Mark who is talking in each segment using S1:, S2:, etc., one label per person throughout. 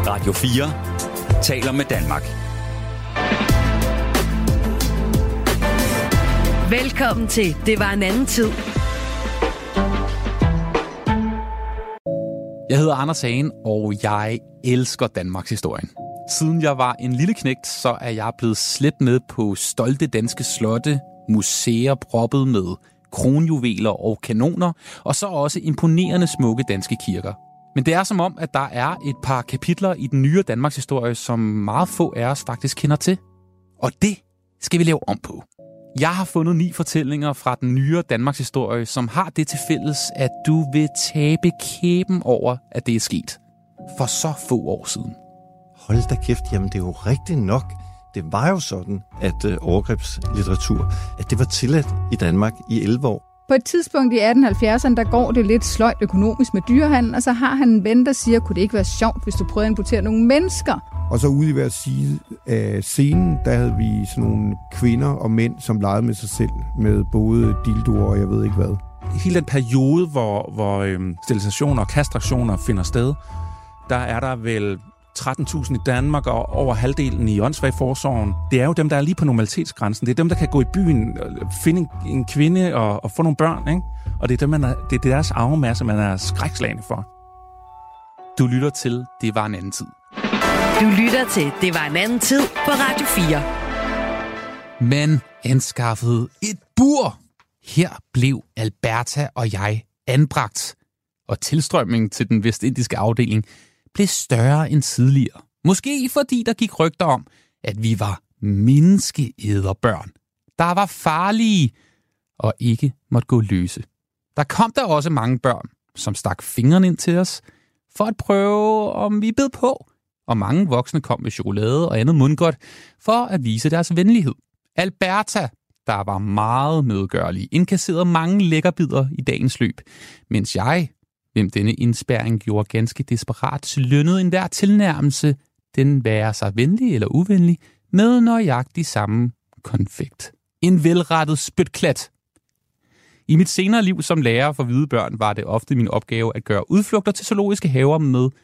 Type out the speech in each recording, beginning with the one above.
S1: Radio 4 taler med Danmark.
S2: Velkommen til Det var en anden tid.
S3: Jeg hedder Anders Hagen, og jeg elsker Danmarks historien. Siden jeg var en lille knægt, så er jeg blevet slæbt med på stolte danske slotte, museer proppet med kronjuveler og kanoner, og så også imponerende smukke danske kirker. Men det er som om, at der er et par kapitler i den nye Danmarks historie, som meget få af os faktisk kender til. Og det skal vi lave om på. Jeg har fundet 9 fortællinger fra den nye Danmarks historie, som har det til fælles, at du vil tabe kæben over, at det er sket for så få år siden.
S4: Hold da kæft, jamen det er jo rigtigt nok. Det var jo sådan, at overgrebslitteratur, at det var tilladt i Danmark i 11 år.
S5: På et tidspunkt i 1870'erne, der går det lidt sløjt økonomisk med dyrehandel, og så har han en ven, der siger, kunne det ikke være sjovt, hvis du prøvede at importere nogle mennesker?
S6: Og så ude i hver side af scenen, der havde vi sådan nogle kvinder og mænd, som legede med sig selv, med både dildoer og jeg ved ikke hvad.
S7: Hele den periode, hvor sterilisationer og kastrationer finder sted, der er der vel 13.000 i Danmark og over halvdelen i åndssvageforsorgen. Det er jo dem, der er lige på normalitetsgrænsen. Det er dem, der kan gå i byen, finde en kvinde og få nogle børn, ikke? Og det er, det er deres arvemasse, man er skrækslagne for.
S3: Du lytter til Det var en anden tid.
S2: Du lytter til Det var en anden tid på Radio 4.
S3: Man anskaffede et bur. Her blev Alberta og jeg anbragt, og tilstrømningen til den vestindiske afdeling blev større end tidligere. Måske fordi der gik rygter om, at vi var menneskeæderbørn, der var farlige og ikke måtte gå løse. Der kom der også mange børn, som stak fingrene ind til os for at prøve, om vi bed på. Og mange voksne kom med chokolade og andet mundgodt for at vise deres venlighed. Alberta, der var meget medgørlig, inkasserede mange lækkerbidder i dagens løb, mens jeg, hvem denne indspærring gjorde ganske desperat, lønnede enhver tilnærmelse, den være sig venlig eller uvenlig, med nøjagtig samme konfekt. En velrettet spytklat. I mit senere liv som lærer for hvide børn var det ofte min opgave at gøre udflugter til zoologiske haver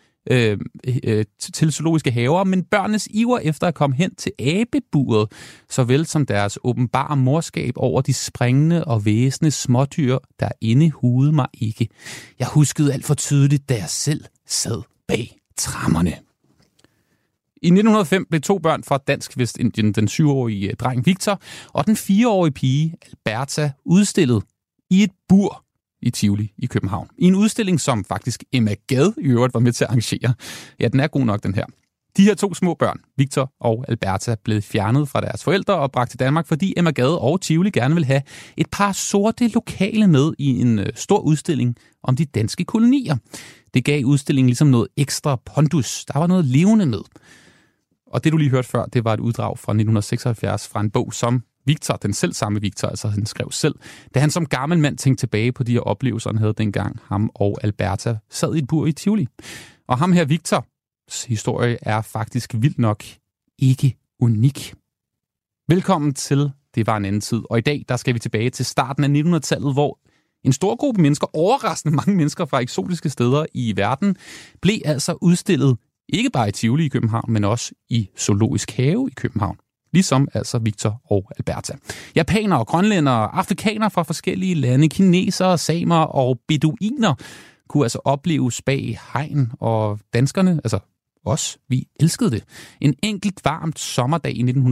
S3: men børnenes iver efter at komme hen til abeburet, såvel som deres åbenbare morskab over de springende og væsende smådyr, der inde hudede mig ikke. Jeg huskede alt for tydeligt, da jeg selv sad bag trammerne. I 1905 blev 2 børn fra Dansk Vestindien, den 7-årige dreng Victor og den 4-årige pige Alberta, udstillet i et bur i Tivoli i København. I en udstilling, som faktisk Emma Gad i øvrigt var med til at arrangere. Ja, den er god nok, den her. De her 2 små børn, Victor og Alberta, blev fjernet fra deres forældre og bragt til Danmark, fordi Emma Gad og Tivoli gerne vil have et par sorte lokale med i en stor udstilling om de danske kolonier. Det gav udstillingen ligesom noget ekstra pondus. Der var noget levende med. Og det, du lige hørte før, det var et uddrag fra 1976 fra en bog, som Victor, den selv samme Victor, altså han skrev selv, da han som gammel mand tænkte tilbage på de her oplevelser, han havde dengang, ham og Alberta sad i et bur i Tivoli. Og ham her, Victors historie, er faktisk vildt nok ikke unik. Velkommen til Det var en anden tid, og i dag, der skal vi tilbage til starten af 1900-tallet, hvor en stor gruppe mennesker, overraskende mange mennesker fra eksotiske steder i verden, blev altså udstillet ikke bare i Tivoli i København, men også i Zoologisk Have i København. Ligesom altså Victor og Alberta. Japanere og grønlændere, afrikanere fra forskellige lande, kinesere, samer og beduiner kunne altså opleves bag hegn, og danskerne, altså os, vi elskede det. En enkelt varmt sommerdag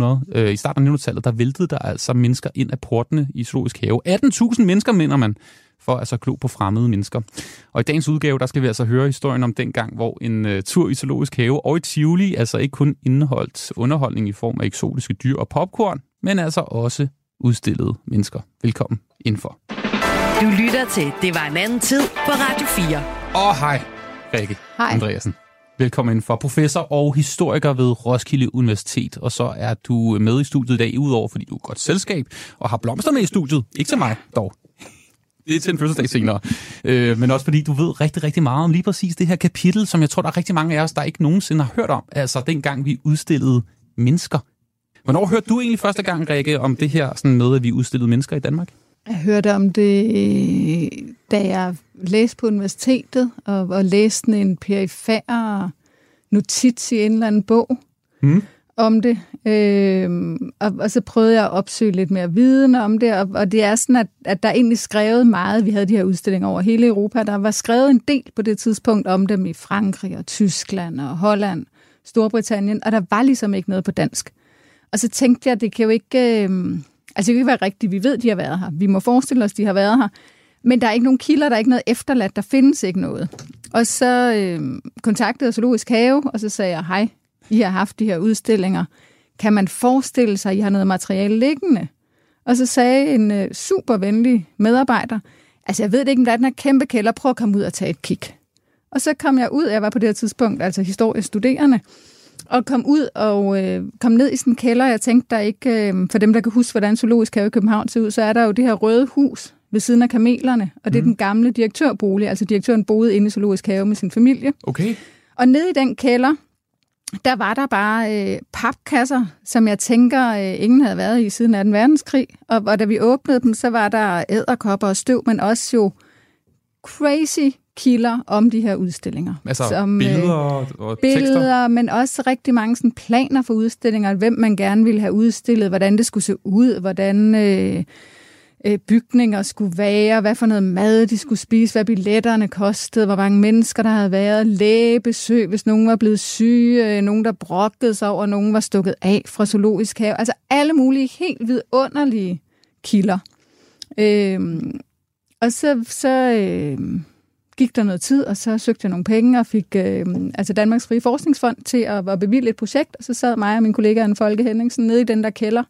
S3: i starten af 1900-tallet, der væltede der altså mennesker ind af portene i Zoologisk Have. 18.000 mennesker, mener man, for altså klo på fremmede mennesker. Og i dagens udgave, der skal vi altså høre historien om den gang, hvor en tur i Zoologisk Have og i Tivoli altså ikke kun indeholdt underholdning i form af eksotiske dyr og popcorn, men altså også udstillede mennesker. Velkommen indenfor.
S2: Du lytter til Det var en anden tid på Radio 4.
S3: Hej, Rikke Andreasen. Velkommen indenfor. Professor og historiker ved Roskilde Universitet, og så er du med i studiet i dag, udover fordi du er godt selskab og har blomster med i studiet. Ikke til mig, dog. Det er til en fødselsdag senere. Men også fordi du ved rigtig, rigtig meget om lige præcis det her kapitel, som jeg tror, der er rigtig mange af os, der ikke nogensinde har hørt om. Altså dengang vi udstillede mennesker. Hvornår hørte du egentlig første gang, Rikke, om det her sådan med, at vi udstillede mennesker i Danmark?
S5: Jeg hørte om det, da jeg læste på universitetet og læste en perifer notits i en eller anden bog om det. Og så prøvede jeg at opsøge lidt mere viden om det, og det er sådan, at der er egentlig skrevet meget. Vi havde de her udstillinger over hele Europa. Der var skrevet en del på det tidspunkt om dem i Frankrig og Tyskland og Holland, Storbritannien, og der var ligesom ikke noget på dansk. Og så tænkte jeg, det kan jo ikke, det kan ikke være rigtigt. Vi ved, de har været her. Vi må forestille os, de har været her. Men der er ikke nogen kilder, der er ikke noget efterladt, der findes ikke noget. Og så kontaktede jeg Zoologisk Have, og så sagde jeg, hej, I har haft de her udstillinger. Kan man forestille sig, at I har noget materiale liggende? Og så sagde en super venlig medarbejder, altså jeg ved ikke, om der er den her kæmpe kælder, prøv at komme ud og tage et kig. Og så kom jeg ud, jeg var på det her tidspunkt, altså historiestuderende, og kom ud og kom ned i sådan en kælder. Jeg tænkte, der ikke, for dem, der kan huske, hvordan Zoologisk Have i København ser ud, så er der jo det her røde hus ved siden af kamelerne, og det er den gamle direktørbolig. Altså direktøren boede inde i Zoologisk Have med sin familie.
S3: Okay.
S5: Og nede i den kælder, der var der bare papkasser, som jeg tænker, ingen havde været i siden 2. verdenskrig. Og da vi åbnede dem, så var der edderkopper og støv, men også jo crazy kilder om de her udstillinger.
S3: Altså
S5: som,
S3: billeder og
S5: billeder,
S3: tekster?
S5: Men også rigtig mange sådan, planer for udstillinger, hvem man gerne ville have udstillet, hvordan det skulle se ud, hvordan bygninger skulle være, hvad for noget mad de skulle spise, hvad billetterne kostede, hvor mange mennesker der havde været, lægebesøg, hvis nogen var blevet syge, nogen der brokkede sig over, nogen var stukket af fra Zoologisk Have. Altså alle mulige helt vidunderlige kilder. Og så gik der noget tid, og så søgte jeg nogle penge og fik Danmarks Frie Forskningsfond til at bevilge et projekt, og så sad mig og min kollega Anne Folke Henningsen nede i den der kælder.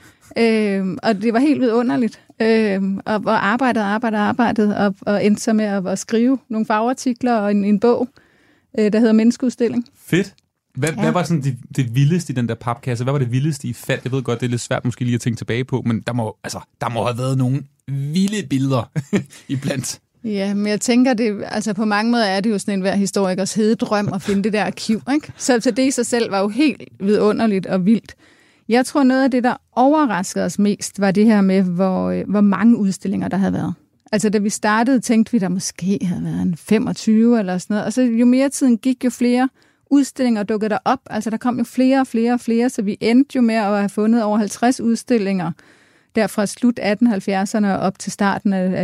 S5: Og det var helt vidunderligt. Og arbejdede, og endte så med at skrive nogle fagartikler og en bog, der hedder Menneskeudstilling.
S3: Fedt. Hvad var sådan det vildeste i den der papkasse? Hvad var det vildeste, I fandt? Jeg ved godt, det er lidt svært måske lige at tænke tilbage på, men der må have været nogle vilde billeder iblandt.
S5: Ja, men jeg tænker, på mange måder er det jo sådan en hver historikers hededrøm at finde det der arkiv, ikke? Så det i sig selv var jo helt vidunderligt og vildt. Jeg tror, noget af det, der overraskede os mest, var det her med, hvor mange udstillinger der havde været. Altså, da vi startede, tænkte vi, der måske havde været en 25 eller sådan noget. Og så jo mere tiden gik, jo flere udstillinger dukkede der op. Altså, der kom jo flere, så vi endte jo med at have fundet over 50 udstillinger der fra slut 1870'erne og op til starten af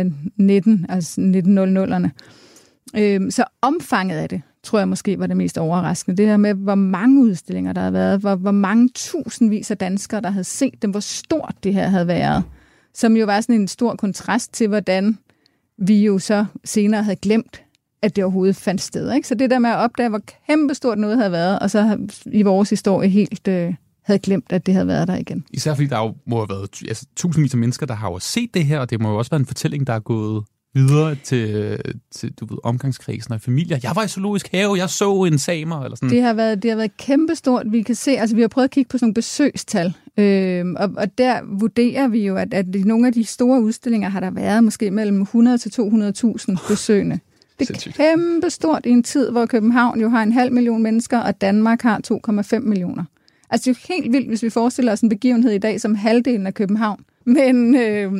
S5: 1900'erne. Så omfanget af det, tror jeg måske var det mest overraskende. Det her med, hvor mange udstillinger der havde været, hvor mange tusindvis af danskere, der havde set dem, hvor stort det her havde været. Som jo var sådan en stor kontrast til, hvordan vi jo så senere havde glemt, at det overhovedet fandt sted. Ikke? Så det der med at opdage, hvor kæmpestort noget havde været, og så i vores historie helt havde glemt, at det havde været der igen.
S3: Især fordi der jo må have været tusindvis af mennesker, der har jo set det her, og det må jo også være en fortælling, der er gået videre til omgangskredsen og familier. Jeg var i Zoologisk Have, jeg så en samer, eller sådan.
S5: Det har været kæmpestort. Vi kan se, altså vi har prøvet at kigge på sådan nogle besøgstal, og der vurderer vi jo, at i nogle af de store udstillinger har der været måske mellem 100 til 200.000 besøgende. Det er kæmpestort i en tid, hvor København jo har 500.000 mennesker, og Danmark har 2,5 millioner. Altså det er jo helt vildt, hvis vi forestiller os en begivenhed i dag som halvdelen af København. Men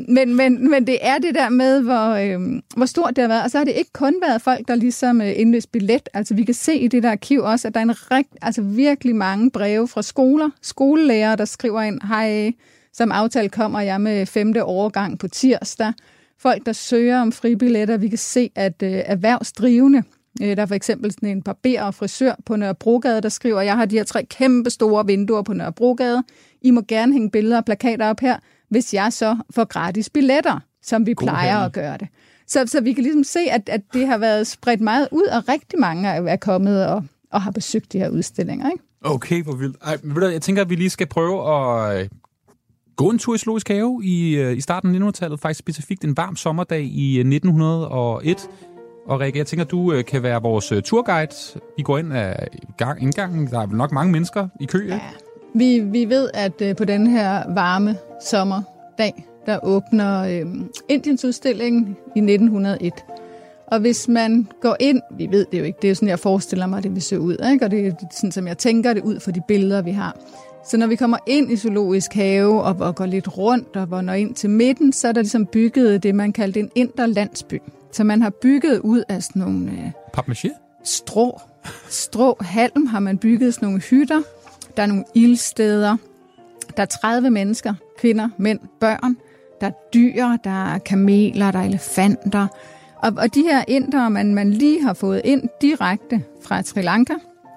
S5: det er det der med, hvor stort det har været. Og så har det ikke kun været folk, der ligesom indløst billet. Altså vi kan se i det der arkiv også, at der er virkelig mange breve fra skolelærere, der skriver ind, hej, som aftale kommer jeg med 5. årgang på tirsdag. Folk, der søger om fribilletter. Vi kan se, at erhvervsdrivende, der er for eksempel sådan en barber og frisør på Nørrebrogade, der skriver, jeg har de her 3 kæmpe store vinduer på Nørrebrogade. I må gerne hænge billeder og plakater op her, hvis jeg så får gratis billetter, som vi plejer at gøre det. Så vi kan ligesom se, at det har været spredt meget ud, og rigtig mange er kommet og har besøgt de her udstillinger. Ikke?
S3: Okay, hvor vildt. Jeg tænker, at vi lige skal prøve at gå en tur i Zoologisk Have i starten af 1900-tallet, faktisk specifikt en varm sommerdag i 1901. Og Rikke, jeg tænker, du kan være vores turguide. Vi går ind af indgangen. Der er nok mange mennesker i kø, ikke?
S5: Ja. Vi ved, at på den her varme sommerdag, der åbner Indiens udstilling i 1901. Og hvis man går ind, vi ved det jo ikke, det er jo sådan, jeg forestiller mig, det vil se ud, ikke? Og det er sådan, som jeg tænker det ud for de billeder, vi har. Så når vi kommer ind i Zoologisk Have og går lidt rundt og når ind til midten, så er der ligesom bygget det, man kaldte en interlandsby. Så man har bygget ud af sådan nogle
S3: papmaché?
S5: strå strå, halm har man bygget sådan nogle hytter. Der er nogle ildsteder. Der er 30 mennesker, kvinder, mænd, børn. Der er dyr, der er kameler, der er elefanter. Og de her indere, man lige har fået ind direkte fra Sri Lanka,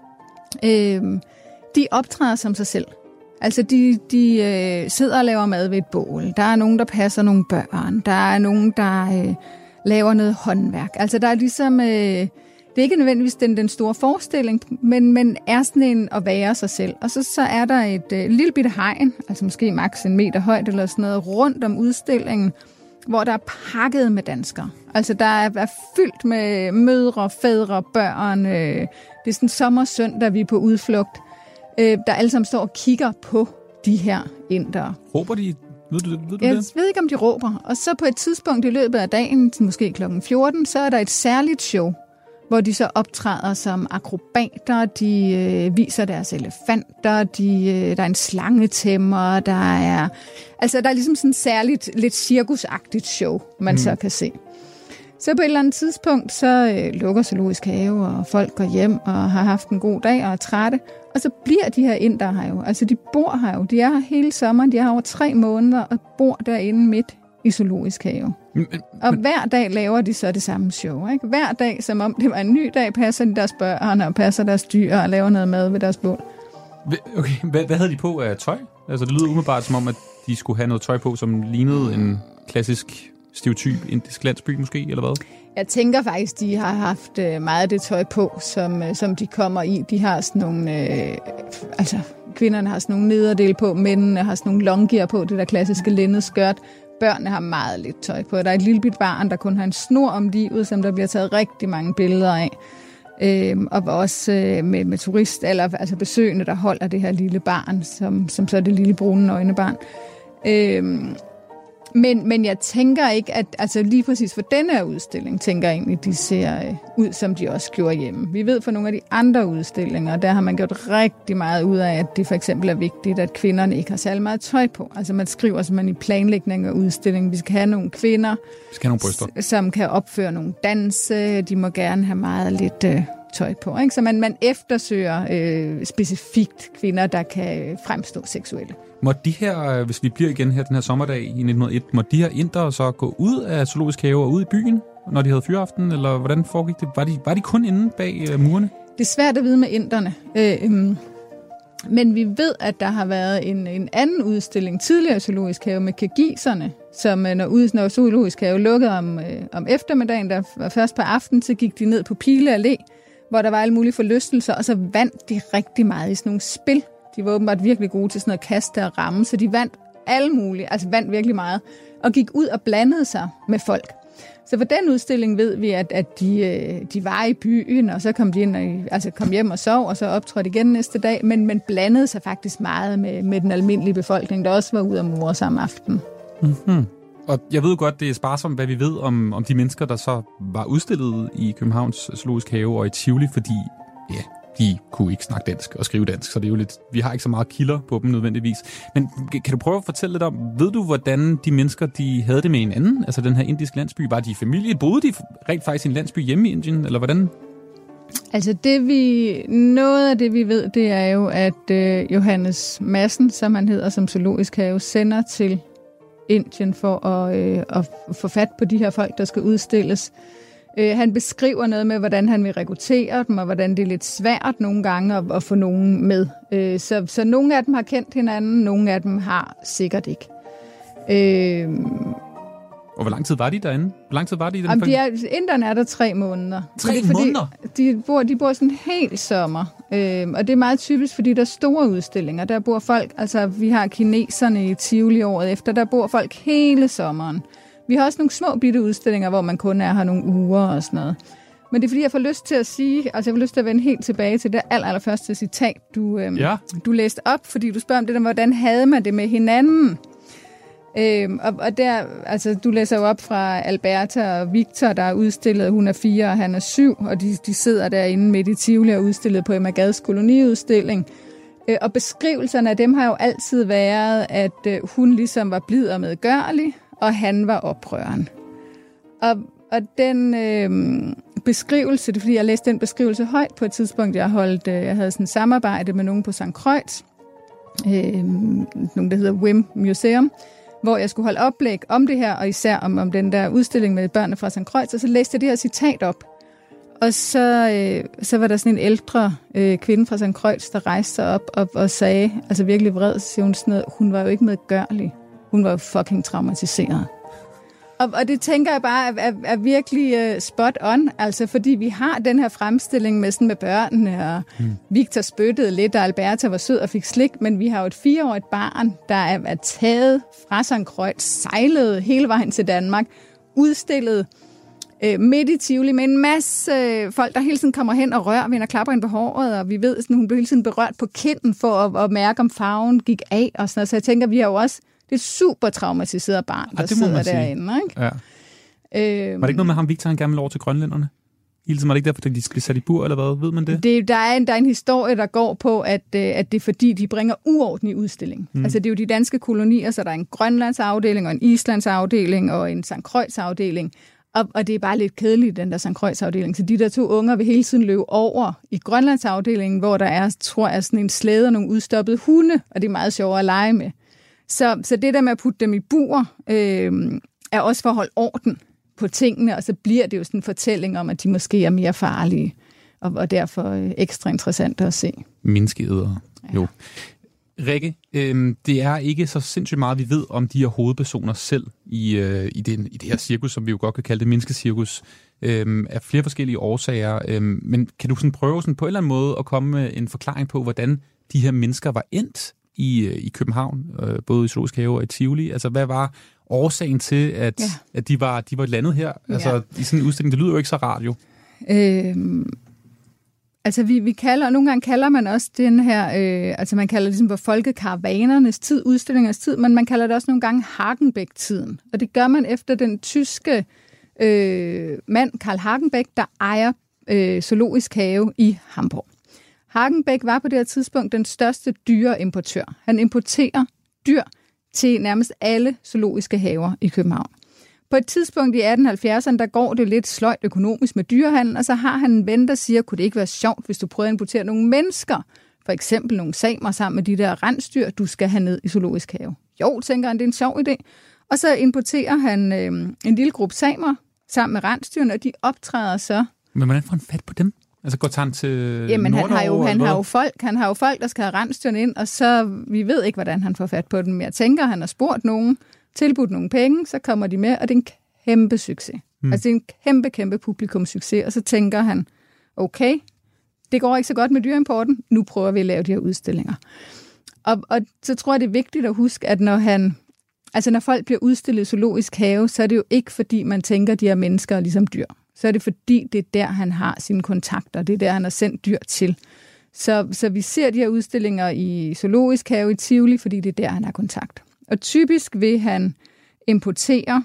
S5: de optræder som sig selv. Altså, de sidder og laver mad ved et bål. Der er nogen, der passer nogle børn. Der er nogen, der laver noget håndværk. Altså, der er ligesom... det er ikke nødvendigvis den store forestilling, men er sådan en at være sig selv. Og så er der et lille bitte hegn, altså måske maks 1 meter højt eller sådan noget, rundt om udstillingen, hvor der er pakket med danskere. Altså, der er fyldt med mødre, fædre, børn. Det er sådan sommersøndag, vi er på udflugt. Der alle sammen står og kigger på de her indere.
S3: Råber de? Ved du
S5: Jeg
S3: det?
S5: ved ikke, om de råber. Og så på et tidspunkt i løbet af dagen, måske kl. 14, så er der et særligt show, hvor de så optræder som akrobater, de viser deres elefanter, der er en slangetæmmer, der er ligesom sådan et særligt, lidt cirkusagtigt show, man så kan se. Så på et eller andet tidspunkt, så lukker Zoologisk Have, og folk går hjem og har haft en god dag og er trætte. Og så bliver de her indere her jo. Altså, de bor her jo. De er her hele sommeren. De er her over 3 måneder og bor derinde midt i Zoologisk Have. Og hver dag laver de så det samme show. Ikke? Hver dag, som om det var en ny dag, passer de deres børn og passer deres dyr og laver noget mad ved deres bål.
S3: Okay, hvad havde de på af tøj? Altså, det lyder umiddelbart som om, at de skulle have noget tøj på, som lignede en klassisk stereotyp indisk landsby måske, eller hvad?
S5: Jeg tænker faktisk, de har haft meget af det tøj på, som de kommer i. De har sådan nogle... kvinderne har sådan nogle nederdel på, mændene har sådan nogle longgear på, det der klassiske linnedskørt. Børnene har meget lidt tøj på. Der er et lille bit barn, der kun har en snor om livet, som der bliver taget rigtig mange billeder af. Og også med turist, altså besøgende, der holder det her lille barn, som så er det lille brune øjnebarn. Men jeg tænker ikke, at altså lige præcis for denne her udstilling, tænker jeg egentlig, de ser ud, som de også gjorde hjemme. Vi ved for nogle af de andre udstillinger, der har man gjort rigtig meget ud af, at det for eksempel er vigtigt, at kvinderne ikke har særlig meget tøj på. Altså man skriver simpelthen i planlægning af udstillingen, vi skal have nogle kvinder, som kan opføre nogle danse, de må gerne have meget lidt tøj på. Ikke? Så man eftersøger specifikt kvinder, der kan fremstå seksuelle.
S3: Må de her, hvis vi bliver igen her den her sommerdag i 1901, må de her indere så gå ud af Zoologisk Have og ud i byen, når de havde fyraften, eller hvordan foregik det? Var de kun inde bag murene? Det
S5: er svært at vide med inderne. Men vi ved, at der har været en anden udstilling tidligere i Zoologisk Have med kirgiserne, som når Zoologisk Have lukkede om eftermiddagen, der var først på aftenen, så gik de ned på Pile Allé, hvor der var alle mulige forlystelser, og så vandt de rigtig meget i sådan nogle spil. De var åbenbart virkelig gode til sådan noget kaste og ramme, så de vandt alle mulige, altså vandt virkelig meget, og gik ud og blandede sig med folk. Så for den udstilling ved vi, at de var i byen, og så kom de ind kom hjem og sov, og så optrådte igen næste dag, men blandede sig faktisk meget med den almindelige befolkning, der også var ude og more samme aften.
S3: Mm-hmm. Og jeg ved godt, det er sparsomt, hvad vi ved om de mennesker, der så var udstillet i Københavns Zoologisk Have og i Tivoli, fordi de kunne ikke snakke dansk og skrive dansk, så det er jo lidt, vi har ikke så meget kilder på dem nødvendigvis. Men kan du prøve at fortælle lidt om, ved du, hvordan de mennesker, de havde det med hinanden? Altså den her indiske landsby, var de i familie? Boede de rent faktisk i en landsby hjemme i Indien, eller hvordan?
S5: Altså noget af det, vi ved, det er jo, at Johannes Madsen, som han hedder, som Zoologisk Have, sender til Indien for at få fat på de her folk, der skal udstilles. Han beskriver noget med, hvordan han vil rekruttere dem, og hvordan det er lidt svært nogle gange at få nogen med. Så nogle af dem har kendt hinanden, nogle af dem har sikkert ikke.
S3: Og hvor lang tid var de derinde? Hvor lang tid var de i den
S5: Inderne er der 3 måneder.
S3: 3 måneder?
S5: De bor sådan helt sommer. Og det er meget typisk, fordi der er store udstillinger. Der bor folk, altså vi har kineserne i Tivoli året efter, der bor folk hele sommeren. Vi har også nogle små bitte udstillinger, hvor man kun er her nogle uger og sådan noget. Men det er fordi, jeg får lyst til at sige, altså jeg får lyst til at vende helt tilbage til det allerførste citat, du læste op, fordi du spørger om det der, hvordan havde man det med hinanden? Og der, altså du læser jo op fra Alberta og Victor, der er udstillet, hun er 4 og han er 7, og de sidder derinde midt i Tivoli og udstillet på Emma Gads koloniudstilling. Og beskrivelserne af dem har jo altid været, at hun ligesom var blid og medgørlig, og han var oprørende. Og den beskrivelse, det er fordi, jeg læste den beskrivelse højt på et tidspunkt, jeg havde sådan et samarbejde med nogen på St. Kreuz, nogen, der hedder WIM Museum, hvor jeg skulle holde oplæg om det her, og især om den der udstilling med børnene fra St. Kreuz, og så læste jeg det her citat op. Og så var der sådan en ældre kvinde fra St. Kreuz, der rejste sig op og sagde, altså virkelig vred, siger hun sådan noget, hun var jo ikke medgørlig. Hun var jo fucking traumatiseret. Og det tænker jeg bare er virkelig spot on, altså fordi vi har den her fremstilling med børnene, og Victor spyttede lidt, og Alberta var sød og fik slik, men vi har jo et 4-årigt barn, der er taget fra St. Kreuz, sejlede hele vejen til Danmark, udstillet midt i Tivoli med en masse folk, der hele tiden kommer hen og rører ved hende og klapper hende på håret, og vi ved, at hun blev hele tiden berørt på kinden for at mærke, om farven gik af og sådan noget. Så jeg tænker, vi har jo også det er et super traumatiseret barn, der sidder derinde. Ikke?
S3: Ja. Var det ikke noget med ham, Victor, han gerne ville over til grønlænderne? Hilsen, var det ikke derfor, de skulle sætte i bur, eller hvad? Ved man det?
S5: Der er en historie, der går på, at det er fordi, de bringer uorden i udstillingen. Altså, det er jo de danske kolonier, så der er en Grønlands afdeling, og en Islands afdeling, og en St. Kreuz afdeling. Og det er bare lidt kedeligt, den der St. Kreuz afdeling. Så de der 2 unger vil hele tiden løbe over i Grønlands afdelingen, hvor der er, tror jeg, sådan en slæde og nogle udstoppede hunde, og det er meget sjovere at lege med. Så det der med at putte dem i bur, er også for at holde orden på tingene, og så bliver det jo sådan en fortælling om, at de måske er mere farlige, og derfor ekstra interessante at se.
S3: Menneskeædere, jo. Rikke, det er ikke så sindssygt meget, vi ved om de her hovedpersoner selv i det her cirkus, som vi jo godt kan kalde det menneskecirkus, af flere forskellige årsager. Men kan du sådan prøve sådan på en eller anden måde at komme med en forklaring på, hvordan de her mennesker var endt i København, både i Zoologisk Have og i Tivoli? Altså, hvad var årsagen til, at de var landet her? Altså, i sådan en udstilling, det lyder jo ikke så rart, jo.
S5: Altså, vi kalder, nogle gange kalder man også den her, altså man kalder det ligesom for folkekaravanernes tid, udstillingernes tid, men man kalder det også nogle gange Hagenbeck-tiden. Og det gør man efter den tyske mand, Karl Hagenbeck, der ejer Zoologisk Have i Hamburg. Hagenbeck var på det her tidspunkt den største dyreimportør. Han importerer dyr til nærmest alle zoologiske haver i København. På et tidspunkt i 1870'erne, der går det lidt sløjt økonomisk med dyrehandel, og så har han en ven, der siger, kunne det ikke være sjovt, hvis du prøver at importere nogle mennesker, for eksempel nogle samer sammen med de der rensdyr, du skal have ned i Zoologisk Have. Jo, tænker han, det er en sjov idé. Og så importerer han en lille gruppe samer sammen med rensdyrene, og de optræder så.
S3: Men hvordan får han fat på dem? Altså går han til
S5: Jamen, han har jo folk, der skal have rensdyrene ind, og så, vi ved ikke, hvordan han får fat på dem. Jeg tænker, han har spurgt nogen, tilbudt nogle penge, så kommer de med, og det er en kæmpe succes. Altså, det er en kæmpe publikumssucces, og så tænker han, okay, det går ikke så godt med dyreimporten, nu prøver vi at lave de her udstillinger. Og så tror jeg, det er vigtigt at huske, at når folk bliver udstillet i Zoologisk Have, så er det jo ikke, fordi man tænker, de er mennesker ligesom dyr. Så er det fordi, det er der, han har sine kontakter, det er der, han har sendt dyr til. Så vi ser de her udstillinger i Zoologisk Have i Tivoli, fordi det er der, han har kontakt. Og typisk vil han importere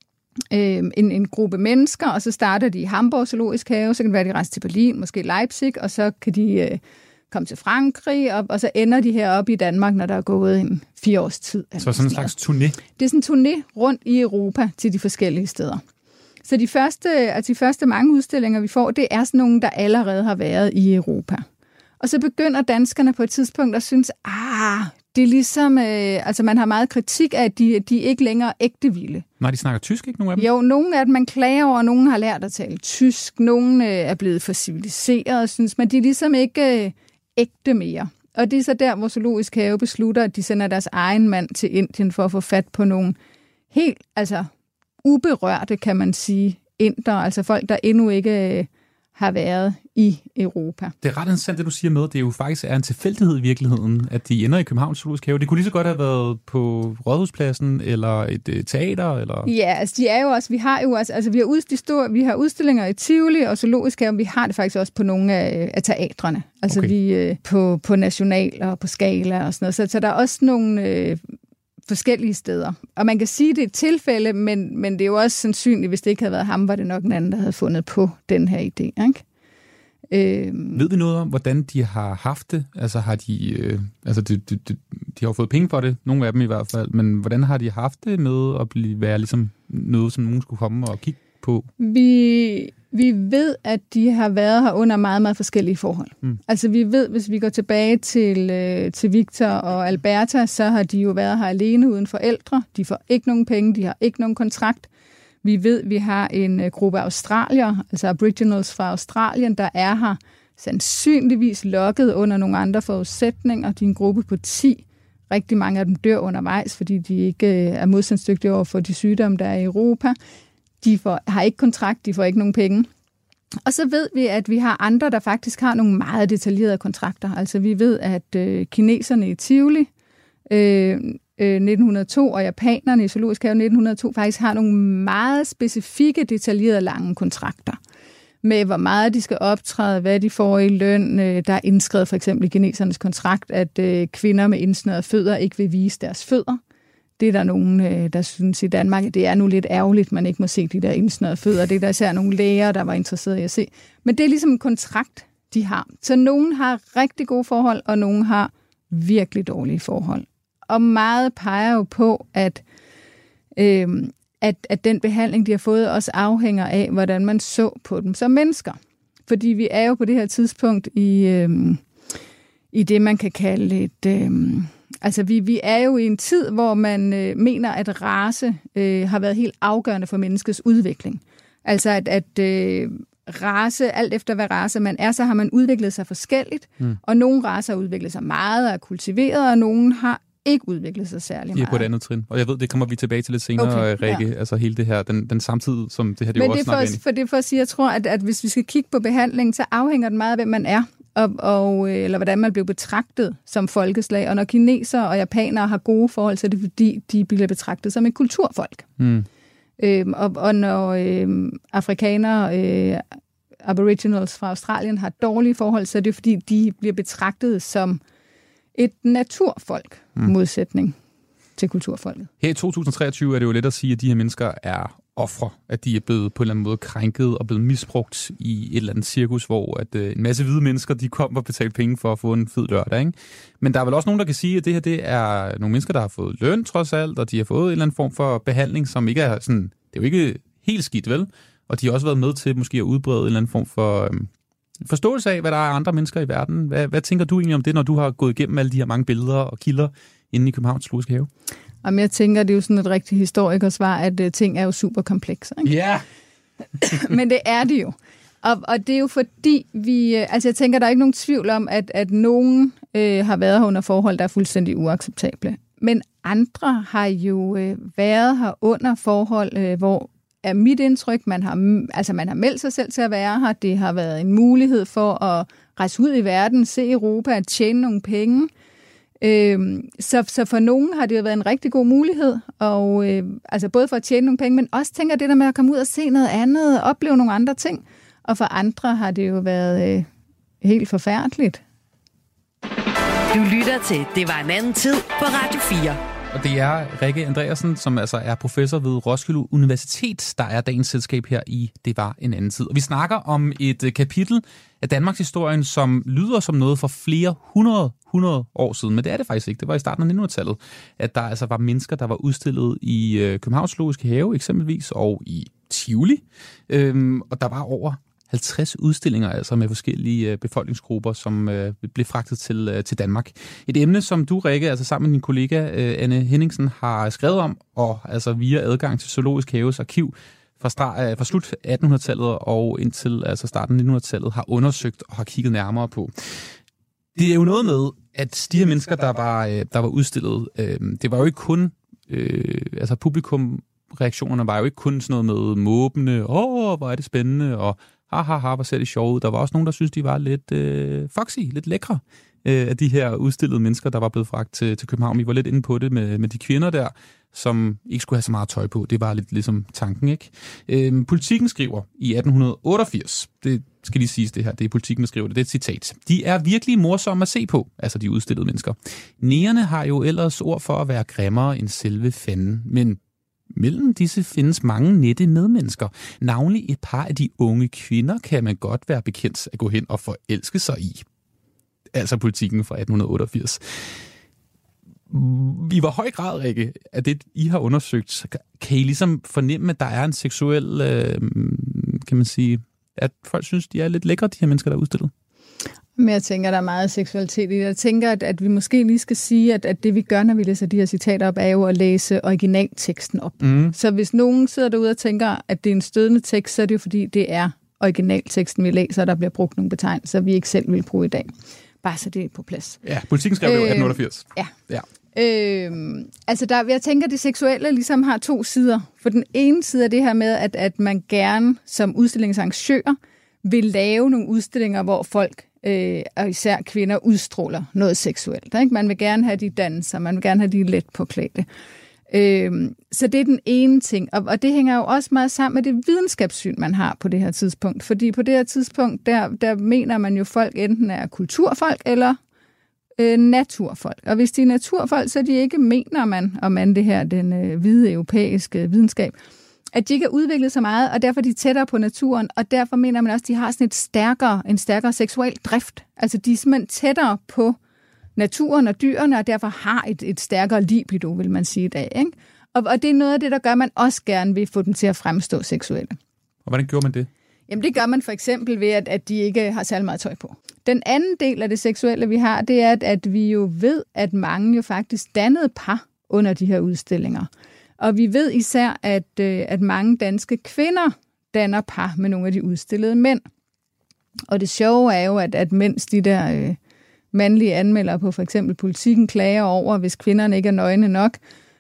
S5: en gruppe mennesker, og så starter de i Hamburg Zoologisk Have, så kan det være, de rejser til Berlin, måske Leipzig, og så kan de komme til Frankrig, og så ender de heroppe i Danmark, når der er gået en 4 års tid.
S3: Så sådan en slags turné?
S5: Det er sådan en turné rundt i Europa til de forskellige steder. Så de første mange udstillinger, vi får, det er sådan nogle, der allerede har været i Europa. Og så begynder danskerne på et tidspunkt at synes, det er ligesom, altså man har meget kritik af, at de ikke længere er ægte vilde.
S3: Nej, de snakker tysk, ikke nogen af dem?
S5: Jo, nogle af dem man klager over, nogen har lært at tale tysk, nogle er blevet for civiliseret, synes man, de er ligesom ikke ægte mere. Og det er så der, hvor Zoologisk Have beslutter, at de sender deres egen mand til Indien for at få fat på nogle helt, altså uberørte, kan man sige, inder, altså folk, der endnu ikke har været i Europa.
S3: Det er ret interessant, det du siger med, det er jo faktisk en tilfældighed i virkeligheden, at de ender i Københavns Zoologisk Have. Det kunne lige så godt have været på Rådhuspladsen, eller et teater, eller... Ja,
S5: altså de er jo også, vi har udstillinger i Tivoli og Zoologisk Have, vi har det faktisk også på nogle af teatrene. Altså okay. Vi på National og på Scala og sådan noget. Så der er også nogle forskellige steder. Og man kan sige, det er et tilfælde, men det er jo også sandsynligt, hvis det ikke havde været ham, var det nok en anden, der havde fundet på den her idé, ikke?
S3: Ved vi noget om, hvordan de har haft det? Altså har de har jo fået penge for det, nogle af dem i hvert fald, men hvordan har de haft det med at være ligesom noget, som nogen skulle komme og kigge på?
S5: Vi ved, at de har været her under meget, meget forskellige forhold. Altså vi ved, hvis vi går tilbage til Victor og Alberta, så har de jo været her alene uden forældre. De får ikke nogen penge, de har ikke nogen kontrakt. Vi ved, at vi har en gruppe australier, altså aboriginals fra Australien, der er her sandsynligvis lokket under nogle andre forudsætninger. De er en gruppe på 10. Rigtig mange af dem dør undervejs, fordi de ikke er modstandsdygtige over for de sygdomme, der er i Europa. De har ikke kontrakt, de får ikke nogen penge. Og så ved vi, at vi har andre, der faktisk har nogle meget detaljerede kontrakter. Altså vi ved, at kineserne i Tivoli 1902 og japanerne i Zoologisk Have 1902 faktisk har nogle meget specifikke, detaljerede, lange kontrakter med, hvor meget de skal optræde, hvad de får i løn. Der er indskrevet for eksempel i kinesernes kontrakt, at kvinder med indsnørede fødder ikke vil vise deres fødder. Det er der nogen, der synes i Danmark, at det er nu lidt ærgerligt, man ikke må se de der indsnørede fødder. Det er der især nogle læger, der var interesserede i at se. Men det er ligesom en kontrakt, de har. Så nogen har rigtig gode forhold, og nogen har virkelig dårlige forhold. Og meget peger jo på, at den behandling, de har fået, også afhænger af, hvordan man så på dem som mennesker. Fordi vi er jo på det her tidspunkt i det, man kan kalde et... Altså, vi er jo i en tid, hvor man mener, at race har været helt afgørende for menneskets udvikling. Altså, at race, alt efter hvad race man er, så har man udviklet sig forskelligt. Og nogle racer har udviklet sig meget og er kultiveret, og nogle har ikke udviklet sig særlig meget.
S3: Det er på et andet trin. Og jeg ved, det kommer vi tilbage til lidt senere, Rikke. Ja. Altså hele det her, den samtid, som det her, det er jo også snart ind. Men
S5: det er for at sige, jeg tror, at hvis vi skal kigge på behandlingen, så afhænger den meget af, hvem man er. Eller hvordan man blev betragtet som folkeslag. Og når kinesere og japanere har gode forhold, så er det fordi, de bliver betragtet som et kulturfolk. Og når afrikanere, aboriginals fra Australien har dårlige forhold, så er det fordi, de bliver betragtet som et naturfolk, modsætning til kulturfolket.
S3: Her i 2023 er det jo let at sige, at de her mennesker er ofre, at de er blevet på en eller anden måde krænket og blevet misbrugt i et eller andet cirkus, hvor at en masse hvide mennesker, de kom og betalte penge for at få en fed lørdag, ikke? Men der er vel også nogen, der kan sige, at det her, det er nogle mennesker, der har fået løn trods alt, og de har fået en eller anden form for behandling, som ikke er sådan, det er jo ikke helt skidt, vel? Og de har også været med til måske at udbrede en eller anden form for forståelse af, hvad der er andre mennesker i verden. Hvad tænker du egentlig om det, når du har gået igennem alle de her mange billeder og kilder inde i Københavns Zoologiske Have?
S5: Jamen, jeg tænker, det er jo sådan et rigtigt historikersvar, at ting er jo super komplekse. Ikke?
S3: Ja!
S5: Men det er det jo. Og det er jo fordi, jeg tænker, der er ikke nogen tvivl om, at nogen har været her under forhold, der er fuldstændig uacceptable. Men andre har jo været her under forhold, hvor er mit indtryk, man har meldt sig selv til at være her. Det har været en mulighed for at rejse ud i verden, se Europa, at tjene nogle penge. Så for nogen har det jo været en rigtig god mulighed, og både for at tjene nogle penge, men også tænker det der med at komme ud og se noget andet, opleve nogle andre ting. Og for andre har det jo været helt forfærdeligt.
S2: Du lytter til Det var en anden tid på Radio 4.
S3: Og det er Rikke Andreasen, som altså er professor ved Roskilde Universitet, der er dagens selskab her i Det var en anden tid. Og vi snakker om et kapitel af Danmarks historien, som lyder som noget for flere 100 år siden, men det er det faktisk ikke. Det var i starten af 1900-tallet, at der altså var mennesker, der var udstillet i Københavns Zoologiske Have eksempelvis, og i Tivoli. Og der var over 50 udstillinger altså med forskellige befolkningsgrupper, som blev fragtet til Danmark. Et emne, som du, Rikke, altså sammen med din kollega Anne Henningsen, har skrevet om, og altså via adgang til Zoologisk Haves arkiv fra slut 1800-tallet og indtil altså starten af 1900-tallet har undersøgt og har kigget nærmere på. Det er jo noget med, at de her mennesker, der var udstillet, det var jo ikke kun, publikumreaktionerne var jo ikke kun sådan noget med måbende, hvor er det spændende, og hvor ser det sjovt ud. Der var også nogen, der synes de var lidt foxy, lidt lækre af de her udstillede mennesker, der var blevet fragt til København. Vi var lidt inde på det med de kvinder der, som ikke skulle have så meget tøj på. Det var lidt ligesom tanken, ikke? Politikken skriver i 1888, det skal lige siges det her, det er Politikken, der skriver det, det er et citat. De er virkelig morsomme at se på, altså de udstillede mennesker. Negerne har jo ellers ord for at være grimmere end selve fanden, men mellem disse findes mange nette medmennesker. Navnlig et par af de unge kvinder kan man godt være bekendt at gå hen og forelske sig i. Altså Politikken fra 1888. I hvor høj grad, Rikke, af det, I har undersøgt, kan I ligesom fornemme, at der er en seksuel, kan man sige, at folk synes, de er lidt lækre, de her mennesker, der er udstillet?
S5: Men jeg tænker, der er meget seksualitet i det. Jeg tænker, at vi måske lige skal sige, at det vi gør, når vi læser de her citater op, er jo at læse originalteksten op. Så hvis nogen sidder derude og tænker, at det er en stødende tekst, så er det jo fordi, det er originalteksten, vi læser, og der bliver brugt nogle betegnelser, vi ikke selv vil bruge i dag. Bare så det er på plads.
S3: Ja, Politikken skrev det jo 1888.
S5: Ja.
S3: Ja.
S5: Jeg tænker, at det seksuelle ligesom har to sider. For den ene side er det her med, at man gerne som udstillingsarrangør vil lave nogle udstillinger, hvor folk, og især kvinder, udstråler noget seksuelt. Ikke? Man vil gerne have de danser, man vil gerne have de let påklædte. Så det er den ene ting. Og det hænger jo også meget sammen med det videnskabssyn, man har på det her tidspunkt. Fordi på det her tidspunkt, der mener man jo, folk enten er kulturfolk eller naturfolk. Og hvis de er naturfolk, så de ikke mener man det her, den hvide europæiske videnskab, at de ikke er udviklet så meget, og derfor er de tættere på naturen, og derfor mener man også, at de har sådan en stærkere seksuel drift. Altså de er simpelthen tættere på naturen og dyrene, og derfor har et stærkere libido, vil man sige i dag. Ikke? Og det er noget af det, der gør, at man også gerne vil få dem til at fremstå seksuelle.
S3: Og hvordan gjorde man det?
S5: Jamen det gør man for eksempel ved, at de ikke har særlig meget tøj på. Den anden del af det seksuelle, vi har, det er, at vi jo ved, at mange jo faktisk dannede par under de her udstillinger. Og vi ved især, at mange danske kvinder danner par med nogle af de udstillede mænd. Og det sjove er jo, at mens de der mandlige anmeldere på for eksempel Politikken klager over, hvis kvinderne ikke er nøgne nok,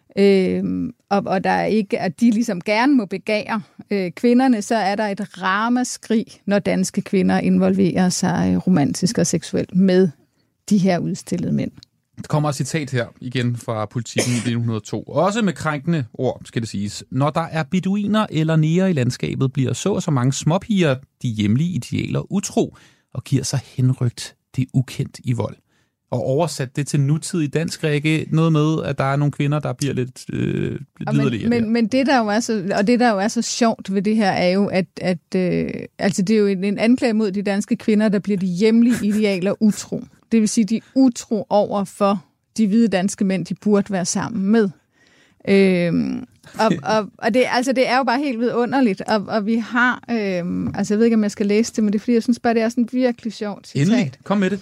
S5: og der er ikke, at de ligesom gerne må begære kvinderne, så er der et ramaskrig, når danske kvinder involverer sig romantisk og seksuelt med de her udstillede mænd.
S3: Der kommer et citat her igen fra Politikken i 1902. Også med krænkende ord, skal det siges. Når der er beduiner eller næger i landskabet, bliver så mange småpiger de hjemlige idealer utro og giver sig henrygt det ukendt i vold. Og oversat det til nutidig dansk, Rikke, noget med, at der er nogle kvinder, der bliver lidt liderlige.
S5: Men det, der jo er så sjovt ved det her, er jo, at det er jo en anklage mod de danske kvinder, der bliver de hjemlige idealer utro. Det vil sige, de er utro over for de hvide danske mænd, de burde være sammen med. Og det er jo bare helt vidunderligt. Og vi har, jeg ved ikke, om jeg skal læse det, men det er fordi, jeg synes bare, det er sådan et virkelig sjovt citat.
S3: Endelig, kom med det.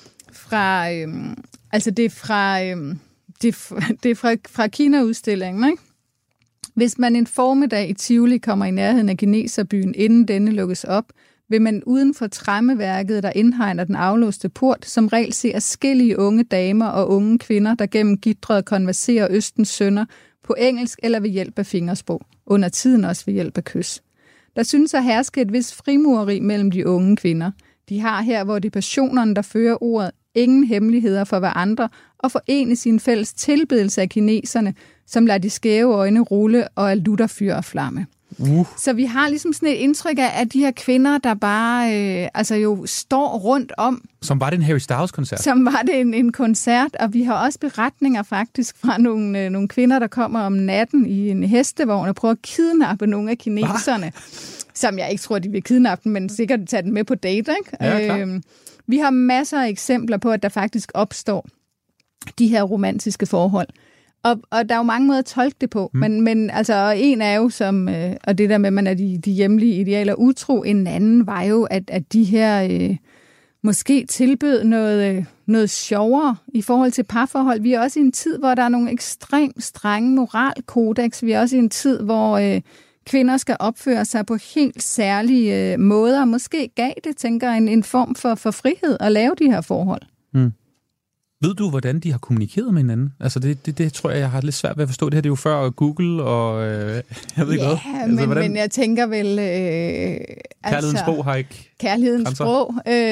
S5: Det er fra Kina-udstillingen, ikke? Hvis man en formiddag i Tivoli kommer i nærheden af kineserbyen, inden denne lukkes op, vil man uden for træmmeværket, der indhegner den aflåste port, som regel se adskillige unge damer og unge kvinder, der gennem gittret konverserer Østens sønner på engelsk eller ved hjælp af fingersprog, under tiden også ved hjælp af kys. Der synes at herske et vis frimureri mellem de unge kvinder. De har her, hvor det er passionerne, der fører ordet, ingen hemmeligheder for hverandre, og forenes i en fælles tilbedelse af kineserne, som lader de skæve øjne rulle og er lutterfyr og flamme. Så vi har ligesom sådan et indtryk af, at de her kvinder, der bare jo står rundt om.
S3: Som var det en Harry Styles-koncert?
S5: Som var det en koncert, og vi har også beretninger faktisk fra nogle kvinder, der kommer om natten i en hestevogn og prøver at kidnappe nogle af kineserne. Som jeg ikke tror, de vil kidnappe dem, men sikkert tage den med på date, ikke?
S3: Ja,
S5: vi har masser af eksempler på, at der faktisk opstår de her romantiske forhold. Og der er jo mange måder at tolke det på, men en er jo som, og det der med, at man er de hjemlige idealer utro, en anden var jo, at de her måske tilbød noget sjovere i forhold til parforhold. Vi er også i en tid, hvor der er nogle ekstremt strenge moralkodex. Vi er også i en tid, hvor kvinder skal opføre sig på helt særlige måder. Måske gav det, tænker jeg, en form for frihed at lave de her forhold.
S3: Ved du, hvordan de har kommunikeret med hinanden? Altså, det tror jeg har lidt svært ved at forstå. Det her det er jo før Google og jeg ved ikke hvad.
S5: Altså, men jeg tænker vel...
S3: Kærlighedens sprog har ikke
S5: Kærlighedens sprog.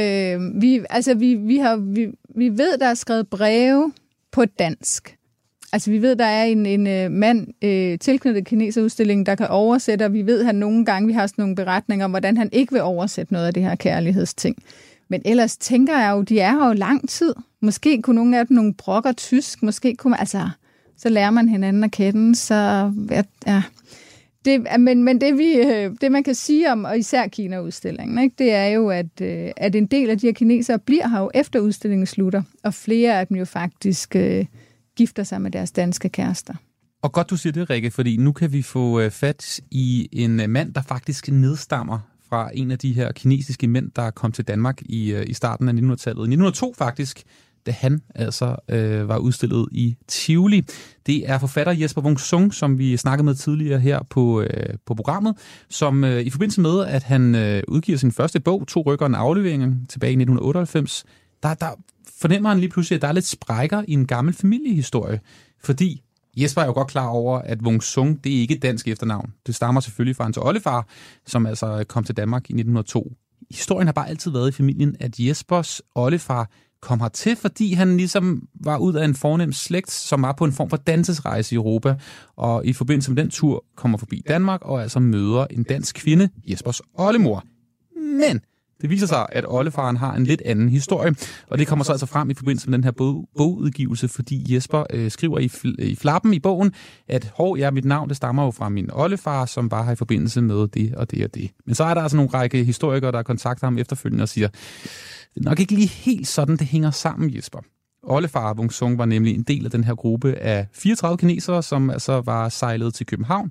S5: Vi ved, der er skrevet breve på dansk. Altså, vi ved, der er en mand tilknyttet kineserudstillingen, der kan oversætte, og vi ved, at nogle gange, vi har sådan nogle beretninger om, hvordan han ikke vil oversætte noget af det her kærlighedsting. Men ellers tænker jeg jo, de er her jo lang tid. Måske kunne nogle af dem nogle brokker tysk. Måske kunne man, så lærer man hinanden at kende. Så ja. Men det man kan sige om, og især Kina-udstillingen, ikke, det er jo, at en del af de her kinesere bliver her jo efter udstillingen slutter. Og flere af dem jo faktisk gifter sig med deres danske kærester.
S3: Og godt, du siger det, Rikke, fordi nu kan vi få fat i en mand, der faktisk nedstammer fra en af de her kinesiske mænd, der kom til Danmark i starten af 1900-tallet. I 1902 faktisk, da han altså var udstillet i Tivoli. Det er forfatter Jesper Wung Sung, som vi snakkede med tidligere her på programmet, som i forbindelse med, at han udgiver sin første bog, 2 rykker og en aflevering, tilbage i 1998, der fornemmer han lige pludselig, at der er lidt sprækker i en gammel familiehistorie, fordi Jesper er jo godt klar over, at Wung Sung, det er ikke et dansk efternavn. Det stammer selvfølgelig fra hans oldefar, som altså kom til Danmark i 1902. Historien har bare altid været i familien, at Jespers oldefar kom hertil, fordi han ligesom var ud af en fornem slægt, som var på en form for dansesrejse i Europa, og i forbindelse med den tur kommer forbi Danmark, og altså møder en dansk kvinde, Jespers oldemor. Men det viser sig, at oldefaren har en lidt anden historie, og det kommer så altså frem i forbindelse med den her bogudgivelse, fordi Jesper skriver i flappen i bogen, at mit navn, det stammer jo fra min oldefar, som var her i forbindelse med det og det og det. Men så er der altså nogle række historikere, der kontakter ham efterfølgende og siger, det er nok ikke lige helt sådan, det hænger sammen, Jesper. Oldefar Wung Sung var nemlig en del af den her gruppe af 34 kinesere, som altså blev sejlet til København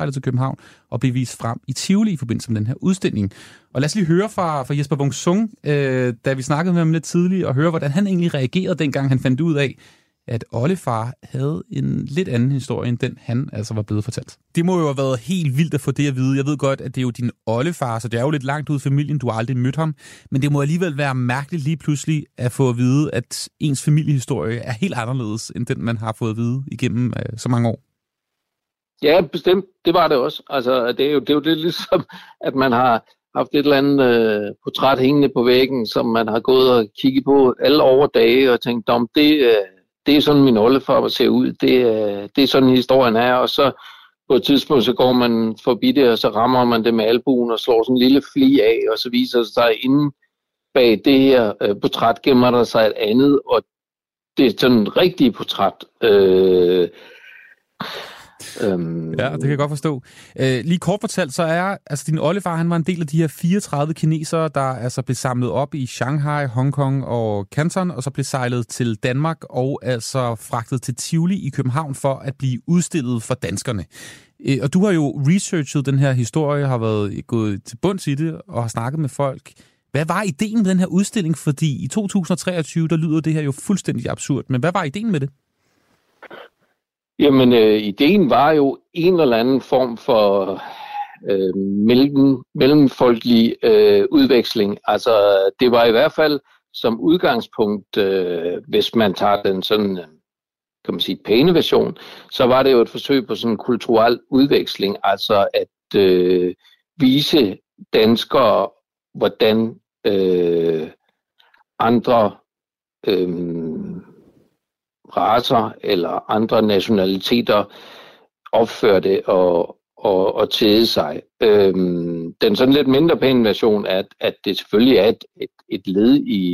S3: og blev vist frem i Tivoli i forbindelse med den her udstilling. Og lad os lige høre fra Jesper Wung Sung, da vi snakkede med ham lidt tidligere, og høre, hvordan han egentlig reagerede, dengang han fandt ud af, at oldefar havde en lidt anden historie, end den han altså var blevet fortalt. Det må jo have været helt vildt at få det at vide. Jeg ved godt, at det er jo din oldefar, så det er jo lidt langt ud i familien, du har aldrig mødt ham. Men det må alligevel være mærkeligt lige pludselig at få at vide, at ens familiehistorie er helt anderledes, end den man har fået at vide igennem så mange år.
S8: Ja, bestemt. Det var det også. Altså, det er jo det ligesom, at man har haft et eller andet portræt hængende på væggen, som man har gået og kigget på alle overdage og tænkt, om det er sådan min oldefar ser ud, det er sådan historien er, og så på et tidspunkt så går man forbi det, og så rammer man det med albuen og slår sådan en lille fli af, og så viser det sig inde bag det her portræt gemmer der sig et andet, og det er sådan et rigtigt portræt.
S3: Ja, det kan jeg godt forstå. Lige kort fortalt, så er altså din oldefar, han var en del af de her 34 kinesere, der altså blev samlet op i Shanghai, Hongkong og Canton, og så blev sejlet til Danmark og altså fragtet til Tivoli i København for at blive udstillet for danskerne. Og du har jo researchet den her historie, har været gået til bunds i det og har snakket med folk. Hvad var ideen med den her udstilling? Fordi i 2023, der lyder det her jo fuldstændig absurd, men hvad var ideen med det?
S8: Jamen, ideen var jo en eller anden form for mellemfolkelig udveksling. Altså, det var i hvert fald som udgangspunkt, hvis man tager den sådan, kan man sige, pæne version, så var det jo et forsøg på sådan en kulturel udveksling. Altså at vise danskere, hvordan andre racer eller andre nationaliteter opførte og tæde sig. Den sådan lidt mindre pæne version er, at det selvfølgelig er et led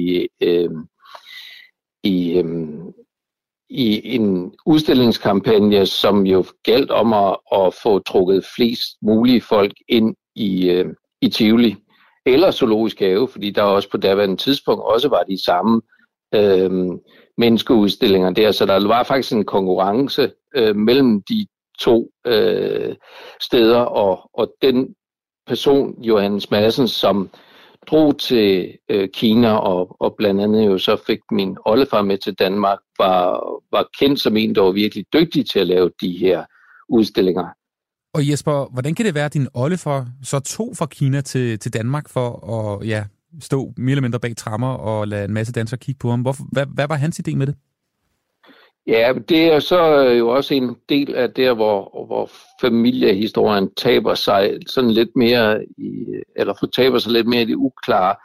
S8: i en udstillingskampagne, som jo galt om at få trukket flest mulige folk ind i Tivoli eller Zoologisk Have, fordi der også på daværende tidspunkt også var de samme menneskeudstillinger der, så der var faktisk en konkurrence mellem de to steder, og den person, Johannes Madsen, som drog til Kina og blandt andet jo så fik min oldefar med til Danmark, var kendt som en, der var virkelig dygtig til at lave de her udstillinger.
S3: Og Jesper, hvordan kan det være, at din oldefar så tog fra Kina til Danmark for at stå mere eller mindre bag tremmer og lade en masse danskere kigge på ham? Hvad var hans idé med det?
S8: Ja, det er så jo også en del af der, hvor familiehistorien taber sig sådan lidt mere taber sig lidt mere i det uklare.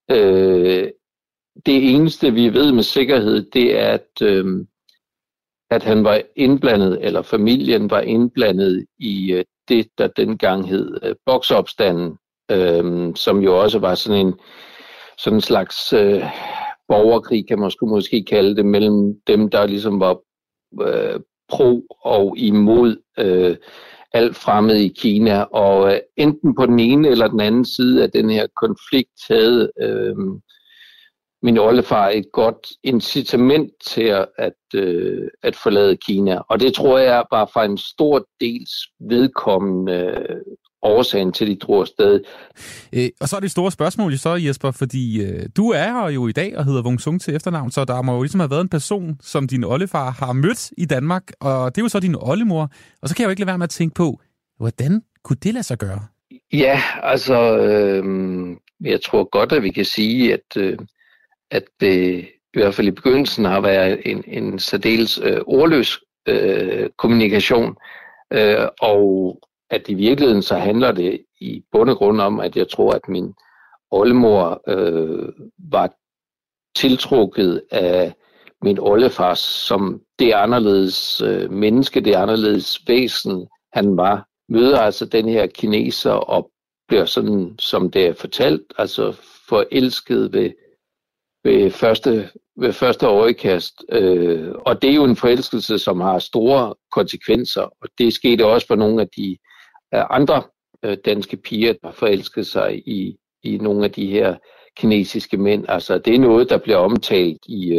S8: Det eneste, vi ved med sikkerhed, det er, at han var indblandet, eller familien var indblandet i det, der dengang hed Bokseopstanden, som jo også var sådan en slags borgerkrig, kan man måske kalde det, mellem dem, der ligesom var pro og imod alt fremmed i Kina. Og enten på den ene eller den anden side af den her konflikt havde min oldefar et godt incitament til at forlade Kina. Og det tror jeg bare fra en stor dels vedkommende årsagen til, de drog afsted.
S3: Og så er det store spørgsmål så, Jesper, fordi du er her jo i dag og hedder Wung Sung til efternavn, så der må jo ligesom have været en person, som din oldefar har mødt i Danmark, og det er jo så din oldemor. Og så kan jeg jo ikke lade være med at tænke på, hvordan kunne det lade sig gøre?
S8: Ja, altså, jeg tror godt, at vi kan sige, at det i hvert fald i begyndelsen har været en særdeles ordløs kommunikation, og at i virkeligheden så handler det i bund og grund om, at jeg tror, at min oldemor var tiltrukket af min oldefar som det anderledes menneske, det anderledes væsen, han var. Møder altså den her kineser og bliver sådan, som det er fortalt, altså forelsket ved første øjekast. Og det er jo en forelskelse, som har store konsekvenser, og det skete også for nogle af de andre danske piger, der forelskede sig i nogle af de her kinesiske mænd. Altså det er noget, der bliver omtalt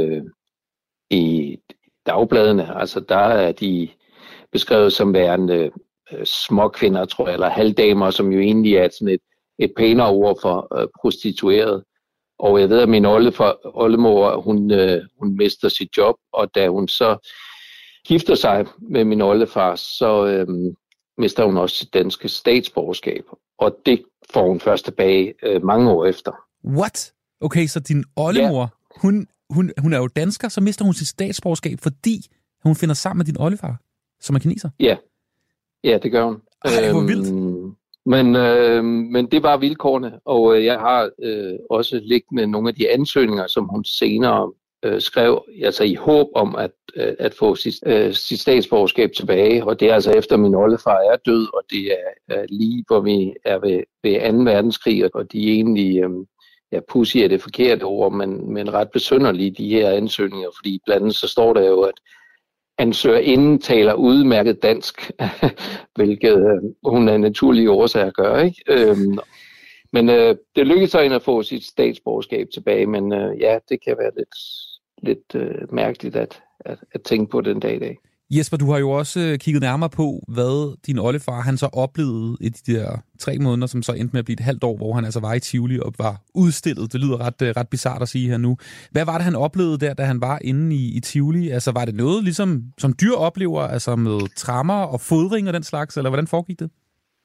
S8: i dagbladene. Altså der er de beskrevet som værende småkvinder, tror jeg, eller halvdamer, som jo egentlig er sådan et pænere ord for prostitueret. Og jeg ved, at min oldemor, hun mister sit job, og da hun så gifter sig med min oldefar, så mister hun også sit danske statsborgerskab. Og det får hun først tilbage mange år efter.
S3: What? Okay, så din oldemor, hun er jo dansker, så mister hun sit statsborgerskab, fordi hun finder sammen med din oldefar, som er kineser?
S8: Ja, det gør hun.
S3: Ej, hvor vildt.
S8: Men det var vilkårene, og jeg har også liggende nogle af de ansøgninger, som hun senere skrev, altså i håb om at få sit statsborgerskab tilbage, og det er altså efter min oldefar er død, og det er lige hvor vi er ved 2. verdenskrig, og de er egentlig, pussy er det forkerte ord, men ret besynderlige de her ansøgninger, fordi blandt andet så står der jo, at ansøgerinden taler udmærket dansk, hvilket hun af naturlige årsager gør, ikke? Men det lykkedes så hende at få sit statsborgerskab tilbage, men det kan være lidt mærkeligt at tænke på den dag i dag.
S3: Jesper, du har jo også kigget nærmere på, hvad din oldefar han så oplevede i de der 3 måneder, som så endte med at blive et halvt år, hvor han altså var i Tivoli og var udstillet. Det lyder ret bizart at sige her nu. Hvad var det, han oplevede der, da han var inde i Tivoli? Altså var det noget, ligesom som dyr oplever, altså med tremmer og fodring og den slags, eller hvordan foregik det?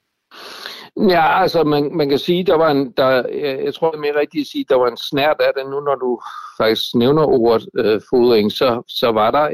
S8: Ja, altså man kan sige, jeg tror det er mere rigtigt at sige, der var en snært af det. Nu når du faktisk nævner ordet fodring, så var der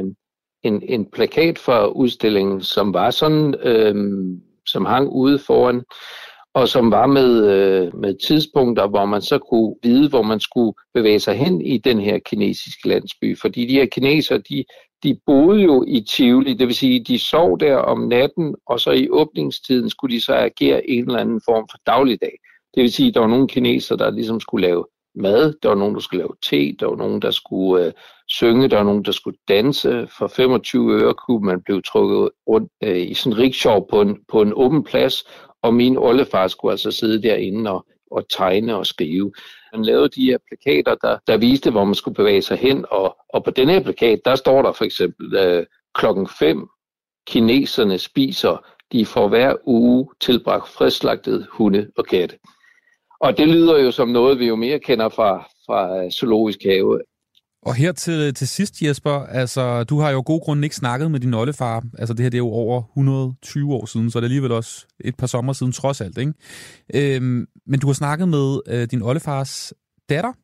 S8: en plakat for udstillingen, som var sådan, som hang ude foran, og som var med tidspunkter, hvor man så kunne vide, hvor man skulle bevæge sig hen i den her kinesiske landsby. Fordi de her kinesere, de boede jo i Tivoli, det vil sige, de sov der om natten, og så i åbningstiden skulle de så agere en eller anden form for dagligdag. Det vil sige, der var nogle kinesere, der ligesom skulle lave mad, der var nogen, der skulle lave te, der var nogen, der skulle synge, der var nogen, der skulle danse. For 25 øre kunne man blive trukket rundt i sådan en rickshaw på en åben plads, og min oldefar skulle altså sidde derinde og tegne og skrive. Han lavede de her plakater, der viste, hvor man skulle bevæge sig hen, og på den her plakat, der står der for eksempel 5:00 kineserne spiser, de får hver uge tilbragt fredslagtede hunde og katte. Og det lyder jo som noget, vi jo mere kender fra Zoologisk Have.
S3: Og her til sidst, Jesper, altså du har jo af gode grunde ikke snakket med din oldefar. Altså det her det er jo over 120 år siden, så det er alligevel også et par sommer siden trods alt, ikke? Men du har snakket med din oldefars datter,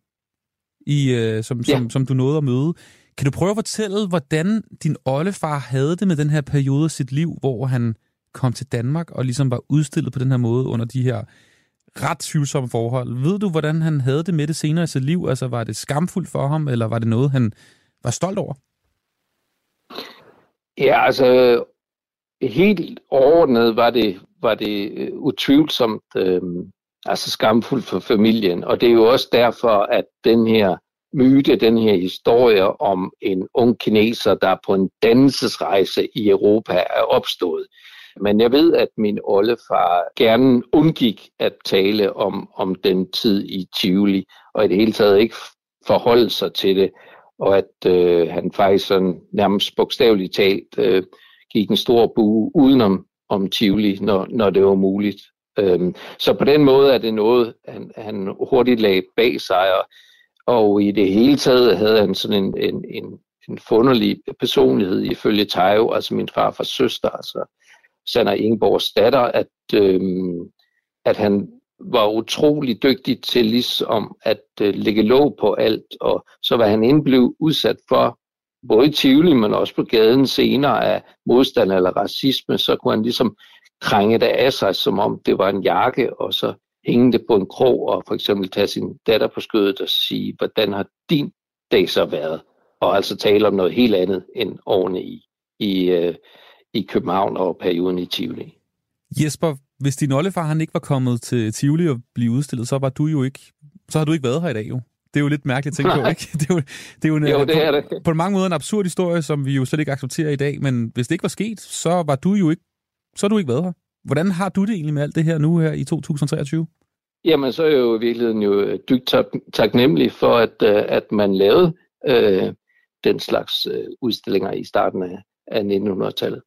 S3: som du nåede at møde. Kan du prøve at fortælle, hvordan din oldefar havde det med den her periode af sit liv, hvor han kom til Danmark og ligesom var udstillet på den her måde under de her ret tvivlsomme forhold? Ved du, hvordan han havde det med det senere i sit liv? Altså, var det skamfuldt for ham, eller var det noget, han var stolt over?
S8: Ja, altså, helt overordnet var det utvivlsomt skamfuldt for familien. Og det er jo også derfor, at den her myte, den her historie om en ung kineser, der på en dannelsesrejse i Europa er opstået. Men jeg ved, at min oldefar gerne undgik at tale om den tid i Tivoli, og i det hele taget ikke forholde sig til det, og at han faktisk sådan nærmest bogstaveligt talt gik en stor bue udenom om Tivoli, når det var muligt. Så på den måde er det noget, han hurtigt lagde bag sig, og i det hele taget havde han sådan en forunderlig personlighed ifølge Tayo, altså min farfars søster, altså Sanna Ingeborgs datter, at han var utrolig dygtig til ligesom at lægge låg på alt, og så var han indblevet udsat for både i Tivoli, men også på gaden senere af modstand eller racisme, så kunne han ligesom krænge det af sig, som om det var en jakke, og så hænge det på en krog, og for eksempel tage sin datter på skødet og sige, hvordan har din dag så været? Og altså tale om noget helt andet end årene i København og perioden i Tivoli.
S3: Jesper, hvis din oldefar han ikke var kommet til Tivoli og blive udstillet, så har du ikke været her i dag jo. Det er jo lidt mærkeligt at tænke på, ikke? Det er jo på mange måder en absurd historie, som vi jo slet ikke accepterer i dag, men hvis det ikke var sket, så har du ikke været her. Hvordan har du det egentlig med alt det her nu her i 2023? Jamen,
S8: så er jeg jo i virkeligheden dybt taknemmelig for, at man lavede den slags udstillinger i starten af 1900-tallet.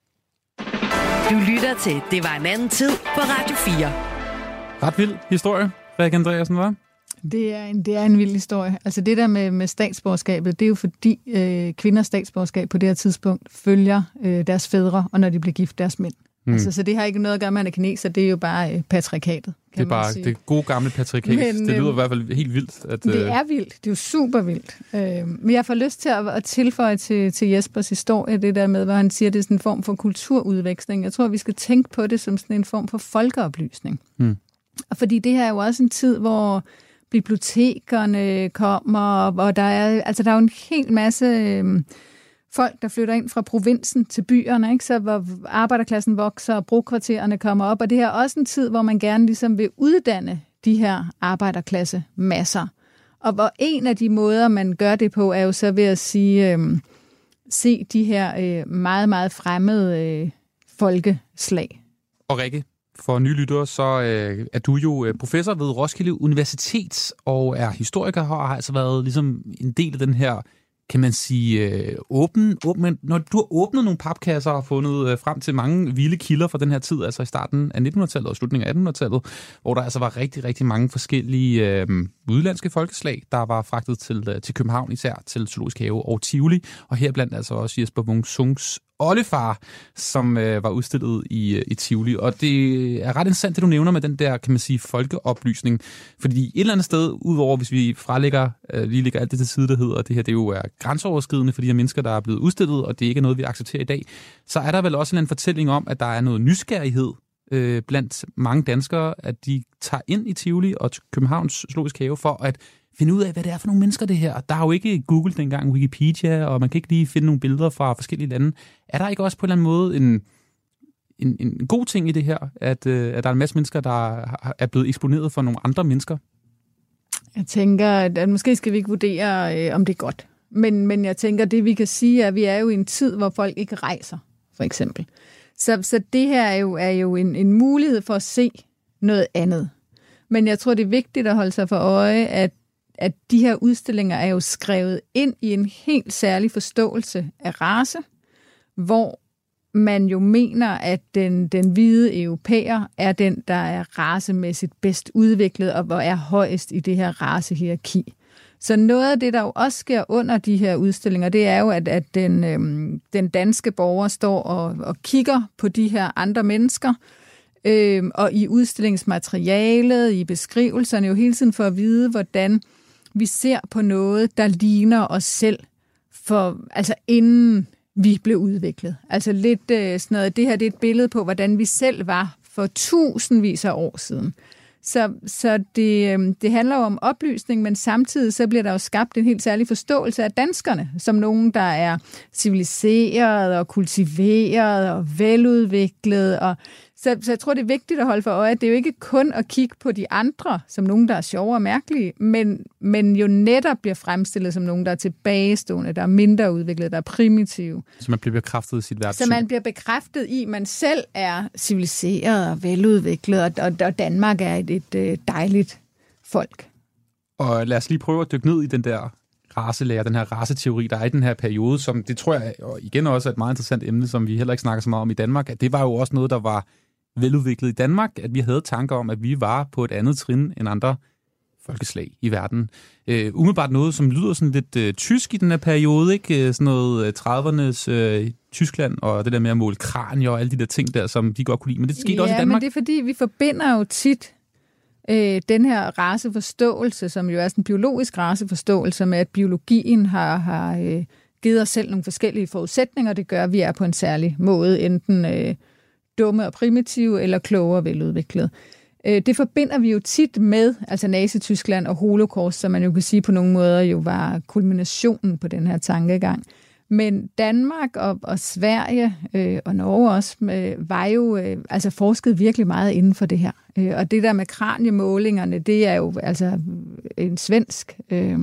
S2: Du lytter til Det var en anden tid på Radio 4.
S3: Ret vild historie, Rikke Andreasen, var?
S5: Det er en vild historie. Altså det der med statsborgerskabet, det er jo fordi kvinders statsborgerskab på det her tidspunkt følger deres fædre, og når de bliver gift, deres mænd. Altså, så det har ikke noget at gøre med, at man er kineser, det er jo bare patriarkatet.
S3: Det er bare det gode gamle patriarkat. Men, det lyder i hvert fald helt vildt.
S5: Det er vildt. Det er jo super vildt. Men jeg får lyst til at tilføje til Jespers historie, det der med, hvor han siger, det er sådan en form for kulturudveksling. Jeg tror, vi skal tænke på det som sådan en form for folkeoplysning. Og fordi det her er jo også en tid, hvor bibliotekerne kommer, og der er jo en hel masse folk, der flytter ind fra provinsen til byerne, ikke? Så hvor arbejderklassen vokser, og brokvartererne kommer op, og det her er også en tid, hvor man gerne ligesom vil uddanne de her arbejderklasse masser. Og hvor en af de måder, man gør det på, er jo så ved at sige, se de her meget, meget fremmede folkeslag.
S3: Og Rikke, for nye lyttere, så er du jo professor ved Roskilde Universitet og er historiker og har altså været ligesom en del af den her, kan man sige, åben. Når du har åbnet nogle papkasser og fundet frem til mange vilde kilder fra den her tid, altså i starten af 1900-tallet og slutningen af 1800-tallet, hvor der altså var rigtig, rigtig mange forskellige udlandske folkeslag, der var fragtet til København, især til Zoologisk Have og Tivoli, og heriblandt altså også Jesper Wung Sungs oldefar, som var udstillet i Tivoli. Og det er ret interessant, det du nævner med den der, kan man sige, folkeoplysning. Fordi et eller andet sted, udover hvis vi lige lægger alt det til side, der hedder, at det her det jo er grænseoverskridende for de her mennesker, der er blevet udstillet, og det ikke er noget, vi accepterer i dag, så er der vel også en fortælling om, at der er noget nysgerrighed blandt mange danskere, at de tager ind i Tivoli og Københavns Zoologisk Have for at finde ud af, hvad det er for nogle mennesker, det her. Der er jo ikke Google dengang, Wikipedia, og man kan ikke lige finde nogle billeder fra forskellige lande. Er der ikke også på en eller anden måde en god ting i det her, at der er en masse mennesker, der er blevet eksponeret for nogle andre mennesker?
S5: Jeg tænker, at måske skal vi ikke vurdere, om det er godt. Men jeg tænker, det vi kan sige, er, at vi er jo i en tid, hvor folk ikke rejser, for eksempel. Så det her er jo en mulighed for at se noget andet. Men jeg tror, det er vigtigt at holde sig for øje, at de her udstillinger er jo skrevet ind i en helt særlig forståelse af race, hvor man jo mener, at den hvide europæer er den, der er racemæssigt bedst udviklet og hvor er højest i det her racehierarki. Så noget af det, der jo også sker under de her udstillinger, det er jo, at den danske borger står og kigger på de her andre mennesker, og i udstillingsmaterialet, i beskrivelserne jo hele tiden for at vide, hvordan vi ser på noget, der ligner os selv, altså inden vi blev udviklet. Altså lidt sådan noget, det her det er et billede på, hvordan vi selv var for tusindvis af år siden. Så det handler jo om oplysning, men samtidig så bliver der jo skabt en helt særlig forståelse af danskerne, som nogen, der er civiliseret og kultiveret og veludviklet. Så jeg tror, det er vigtigt at holde for øje, at det er jo ikke kun at kigge på de andre, som nogen, der er sjove og mærkelige, men jo netop bliver fremstillet som nogen, der er tilbagestående, der er mindre udviklet, der er primitive. Så
S3: man bliver bekræftet i sit verdenssyn.
S5: Så man bliver bekræftet i, at man selv er civiliseret og veludviklet, og Danmark er et dejligt folk.
S3: Og lad os lige prøve at dykke ned i den der racelære, den her raceteori, der er i den her periode, som det tror jeg, og igen også er et meget interessant emne, som vi heller ikke snakker så meget om i Danmark, at det var jo også noget, der var veludviklet i Danmark, at vi havde tanker om, at vi var på et andet trin end andre folkeslag i verden. Umiddelbart noget, som lyder sådan lidt tysk i den her periode, ikke? Sådan noget 30'ernes Tyskland, og det der med at måle kranier og alle de der ting der, som de godt kunne lide. Men det skete også i Danmark.
S5: Ja, men det er fordi, vi forbinder jo tit den her raceforståelse, som jo er sådan en biologisk raceforståelse, med at biologien har givet os selv nogle forskellige forudsætninger. Det gør, at vi er på en særlig måde, enten dumme og primitive, eller kloge og veludviklede. Det forbinder vi jo tit med, altså Nazi-Tyskland og Holocaust, som man jo kan sige på nogle måder jo var kulminationen på den her tankegang. Men Danmark og Sverige og Norge også var jo altså forsket virkelig meget inden for det her. Og det der med kraniemålingerne, det er jo altså en svensk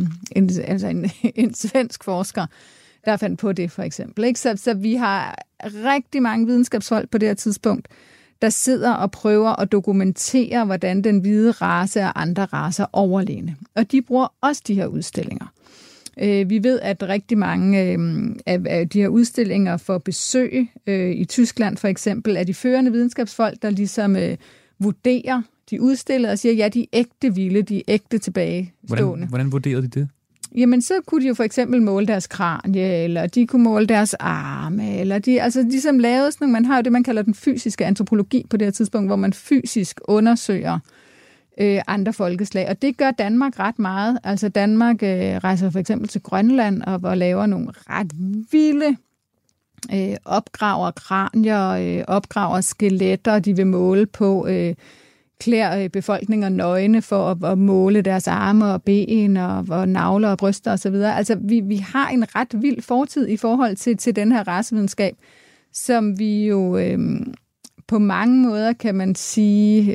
S5: forsker, der fandt på det for eksempel. Ikke? Så vi har rigtig mange videnskabsfolk på det her tidspunkt, der sidder og prøver at dokumentere, hvordan den hvide race og andre racer overlegne. Og de bruger også de her udstillinger. Vi ved, at rigtig mange af de her udstillinger får besøg i Tyskland for eksempel af de førende videnskabsfolk, der ligesom vurderer de udstillede og siger, ja, de er ægte vilde, de er ægte tilbagestående.
S3: Hvordan vurderede de det?
S5: Jamen, så kunne de jo for eksempel måle deres kranie, eller de kunne måle deres arme, eller de som lavede sådan, man har jo det, man kalder den fysiske antropologi på det her tidspunkt, hvor man fysisk undersøger andre folkeslag. Og det gør Danmark ret meget. Altså Danmark rejser for eksempel til Grønland og laver nogle ret vilde opgraver kranier, opgraver skeletter, de vil måle på klæder befolkninger nøgne for at måle deres arme og ben og navler og bryster osv. Altså vi har en ret vild fortid i forhold til den her racevidenskab, som vi jo på mange måder, kan man sige,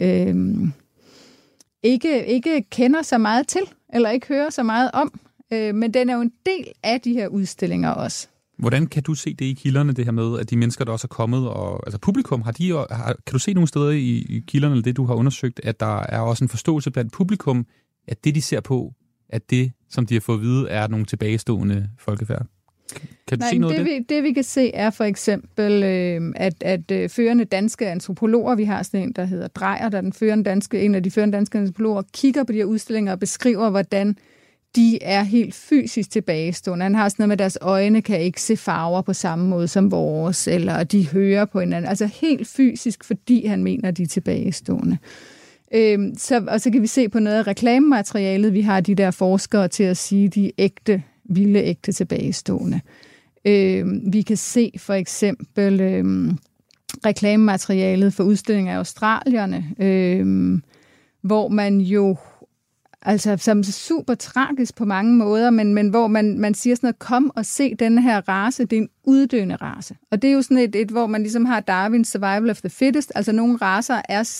S5: ikke kender så meget til, eller ikke hører så meget om. Men den er jo en del af de her udstillinger også.
S3: Hvordan kan du se det i kilderne, det her med, at de mennesker, der også er kommet, og altså publikum, kan du se nogle steder i kilderne, eller det, du har undersøgt, at der er også en forståelse blandt publikum, at det, de ser på, at det, som de har fået at vide, er nogle tilbagestående folkefærd? Kan du se noget af det?
S5: Det, vi kan se, er for eksempel, at førende danske antropologer, vi har sådan en, der hedder Dreyer, der er en af de førende danske antropologer, kigger på de her udstillinger og beskriver, hvordan de er helt fysisk tilbagestående. Han har sådan noget med, deres øjne kan ikke se farver på samme måde som vores, eller de hører på hinanden. Altså helt fysisk, fordi han mener, de er tilbagestående. Og så kan vi se på noget af reklamematerialet. Vi har de der forskere til at sige, de er ægte, vilde ægte tilbagestående. Vi kan se for eksempel reklamematerialet for udstillinger af australierne, hvor man jo altså som super tragisk på mange måder, men hvor man siger sådan noget, kom og se den her race, det er en uddøende race. Og det er jo sådan et hvor man ligesom har Darwin's survival of the fittest, altså nogle racer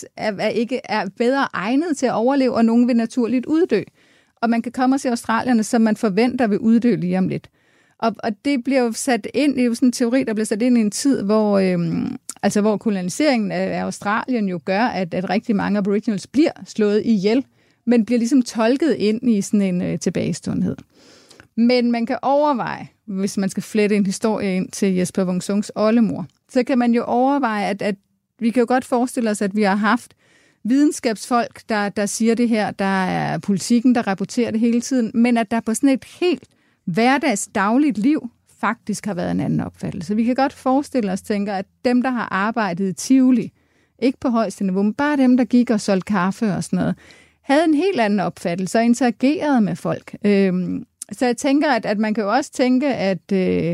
S5: er bedre egnet til at overleve, og nogle vil naturligt uddø. Og man kan komme og se australierne, som man forventer vil uddø lige om lidt. Og det bliver jo sat ind, det er jo sådan en teori, der bliver sat ind i en tid, hvor koloniseringen af Australien jo gør, at rigtig mange aboriginals bliver slået ihjel, men bliver ligesom tolket ind i sådan en tilbageståenhed. Men man kan overveje, hvis man skal flette en historie ind til Jesper Wung Sungs oldemor, så kan man jo overveje, at vi kan jo godt forestille os, at vi har haft videnskabsfolk, der siger det her, der er politikken, der rapporterer det hele tiden, men at der på sådan et helt hverdags dagligt liv faktisk har været en anden opfattelse. Vi kan godt forestille os, tænker, at dem, der har arbejdet i Tivoli, ikke på højeste niveau, men bare dem, der gik og solgte kaffe og sådan noget, havde en helt anden opfattelse og interagerede med folk. Så jeg tænker, at man kan jo også tænke, at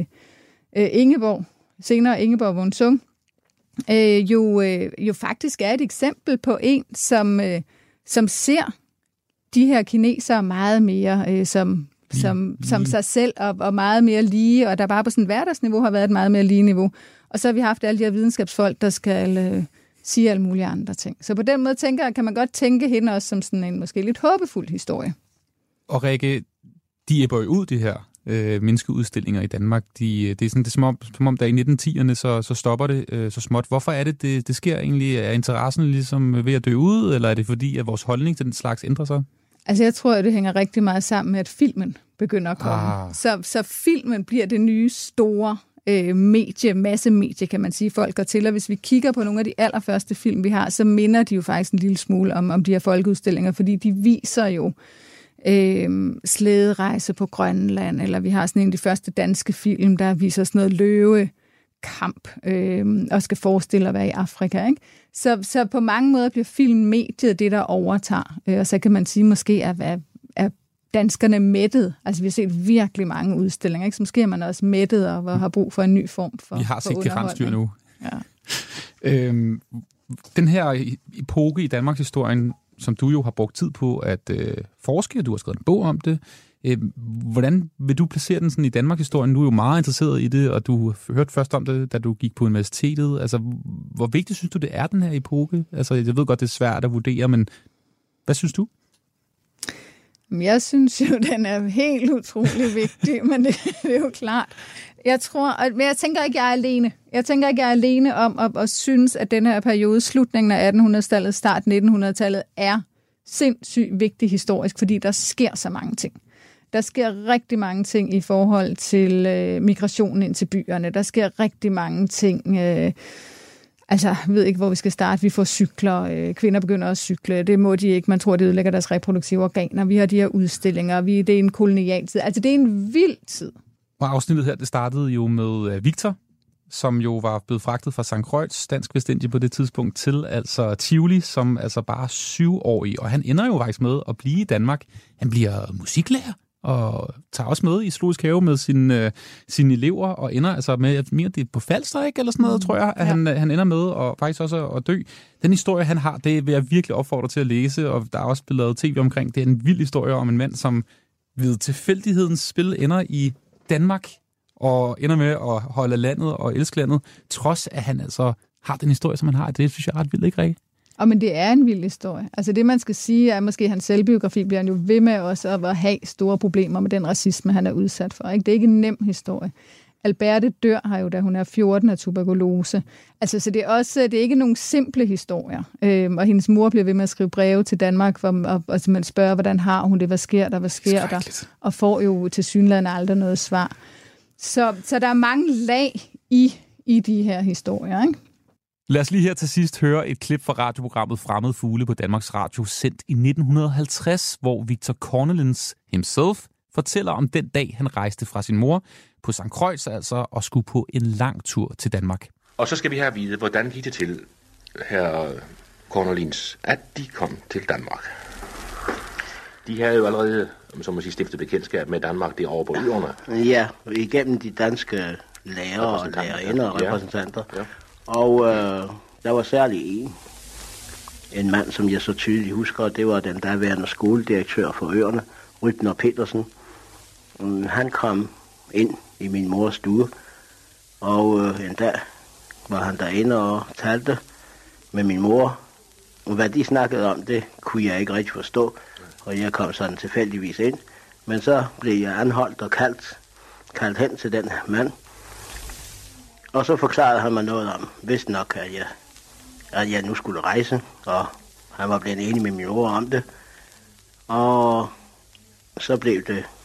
S5: Ingeborg Wung Sung, jo faktisk er et eksempel på en, som ser de her kinesere meget mere som sig selv og meget mere lige, og der bare på sådan et hverdagsniveau har været et meget mere lige niveau. Og så har vi haft alle de her videnskabsfolk, der skal sige alle mulige andre ting. Så på den måde kan man godt tænke hende også som sådan en måske lidt håbefuld historie.
S3: Og Rikke, de ebber jo ud, de her menneskeudstillinger i Danmark. Det er sådan, det er som om der i 1910'erne, så stopper det så småt. Hvorfor er det sker egentlig? Er interessen ligesom ved at dø ud, eller er det fordi, at vores holdning til den slags ændrer sig?
S5: Altså jeg tror, at det hænger rigtig meget sammen med, at filmen begynder at komme. Så filmen bliver det nye store massemedie, kan man sige, folk går til. Og hvis vi kigger på nogle af de allerførste film, vi har, så minder de jo faktisk en lille smule om de her folkeudstillinger, fordi de viser jo slæderejse på Grønland, eller vi har sådan en af de første danske film, der viser sådan noget løvekamp, og skal forestille at være i Afrika, ikke? Så på mange måder bliver filmmediet det, der overtager. Og så kan man sige måske, at danskerne mættet. Altså vi har set virkelig mange udstillinger, ikke? Så måske er man også mættet og har brug for en ny form for
S3: vi har set det rensdyr nu.
S5: Ja.
S3: Den her epoke i Danmarks historien, som du jo har brugt tid på at forske, du har skrevet en bog om det. Hvordan vil du placere den sådan i Danmarks-historien? Du er jo meget interesseret i det, og du hørte først om det, da du gik på universitetet. Altså, hvor vigtigt synes du, det er, den her epoke? Altså, jeg ved godt, det er svært at vurdere, men hvad synes du?
S5: Jeg synes jo, den er helt utrolig vigtig, men det er jo klart. Men jeg tænker ikke, jeg er alene. Jeg tænker ikke, jeg er alene om at synes, at den her periode, slutningen af 1800-tallet, start 1900-tallet, er sindssygt vigtig historisk, fordi der sker så mange ting. Der sker rigtig mange ting i forhold til migrationen ind til byerne. Der sker rigtig mange ting. Jeg ved ikke, hvor vi skal starte. Vi får cykler. Kvinder begynder at cykle. Det må de ikke. Man tror, det ødelægger deres reproduktive organer. Vi har de her udstillinger. Det er en kolonialtid. Altså, det er en vild tid. Og
S3: afsnittet her, det startede jo med Victor, som jo var blevet fragtet fra St. Croix, dansk Vestindie på det tidspunkt, til altså Tivoli, som altså bare 7-årig. Og han ender jo faktisk med at blive i Danmark. Han bliver musiklærer og tager også med i Zoologisk Have med sine elever, og ender altså med, jeg mener, det er på Falster, ikke? Eller sådan noget, tror jeg, at han ender med, og faktisk også at dø. Den historie, han har, det vil jeg virkelig opfordre til at læse, og der er også blevet lavet tv omkring. Det er en vild historie om en mand, som ved tilfældighedens spil ender i Danmark, og ender med at holde landet og elske landet, trods at han altså har den historie, som han har. Det synes jeg er ret vildt, ikke, Rikke?
S5: Men det er en vild historie. Altså det, man skal sige, er måske hans selvbiografi bliver han jo ved med også at have store problemer med den racisme, han er udsat for. Ikke? Det er ikke en nem historie. Alberte dør har jo, da hun er 14 af tuberkulose. Altså, så det er ikke nogen simple historier. Og hendes mor bliver ved med at skrive breve til Danmark, og man spørger, hvordan har hun det, hvad sker der? Og får jo til synligheden aldrig noget svar. Så der er mange lag i de her historier, ikke?
S3: Lad os lige her til sidst høre et klip fra radioprogrammet Fremmede Fugle på Danmarks Radio, sendt i 1950, hvor Victor Cornelens himself fortæller om den dag, han rejste fra sin mor på St. Croix, altså, og skulle på en lang tur til Danmark.
S9: Og så skal vi have at vide, hvordan gik det til, herr Cornelins, at de kom til Danmark. De havde jo allerede, som man siger, stiftet bekendtskab med Danmark derovre på øerne.
S10: Ja, igennem de danske lærere og lærerinder og repræsentanter. Ja. Og der var særlig en mand, som jeg så tydeligt husker, det var den daværende skoledirektør for øerne, Rybner Petersen. Han kom ind i min mors stue, og en dag var han derinde og talte med min mor. Og hvad de snakkede om, det kunne jeg ikke rigtig forstå, og jeg kom sådan tilfældigvis ind. Men så blev jeg anholdt og kaldt hen til den mand. Og så forklarede han mig noget om, vist nok, at jeg nu skulle rejse, og han var blevet enig med min mor om det. Og så blev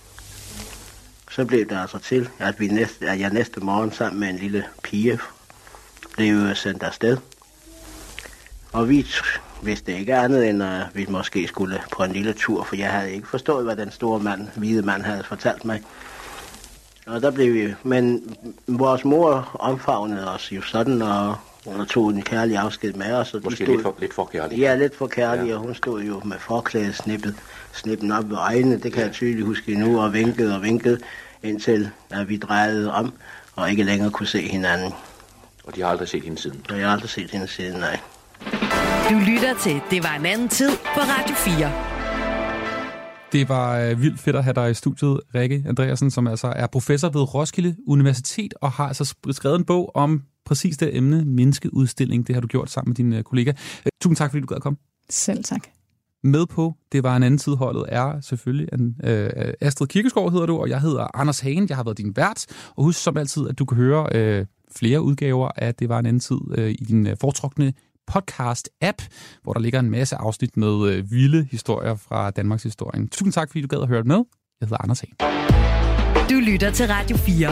S10: det altså til, at jeg næste morgen sammen med en lille pige blev sendt afsted. Og vi vidste ikke andet, end at vi måske skulle på en lille tur, for jeg havde ikke forstået, hvad den store hvide mand havde fortalt mig. Og der blev vi, men vores mor omfavnede os jo sådan, og tog en kærlig afsked med os. Og
S9: måske lidt for kærlig.
S10: Ja, lidt for kærlig, og hun stod jo med forklædet snippen op ved øjnene, det kan jeg tydeligt huske nu, og vinkede, indtil at vi drejede om, og ikke længere kunne se hinanden.
S9: Og de har aldrig set hende siden?
S10: Og jeg har aldrig set hende siden, nej.
S2: Du lytter til Det var en anden tid på Radio 4.
S3: Det var vildt fedt at have dig i studiet, Rikke Andreasen, som altså er professor ved Roskilde Universitet, og har altså skrevet en bog om præcis det emne, menneskeudstilling. Det har du gjort sammen med din kollega. Tusind tak, fordi du gad at komme.
S5: Selv tak.
S3: Med på Det var en anden tid holdet er selvfølgelig Astrid Kirkegaard hedder du, og jeg hedder Anders Hagen. Jeg har været din vært, og husk som altid, at du kan høre flere udgaver af Det var en anden tid i din foretrukne podcast-app, hvor der ligger en masse afsnit med vilde historier fra Danmarks historie. Tusind tak, fordi du gad at høre med. Jeg hedder Anders Hahn.
S2: Du lytter til Radio 4.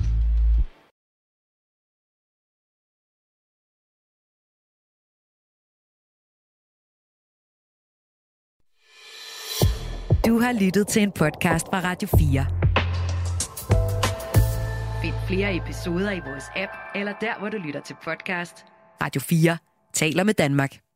S2: Du har lyttet til en podcast fra Radio 4. Find flere episoder i vores app, eller der, hvor du lytter til podcast. Radio 4 taler med Danmark.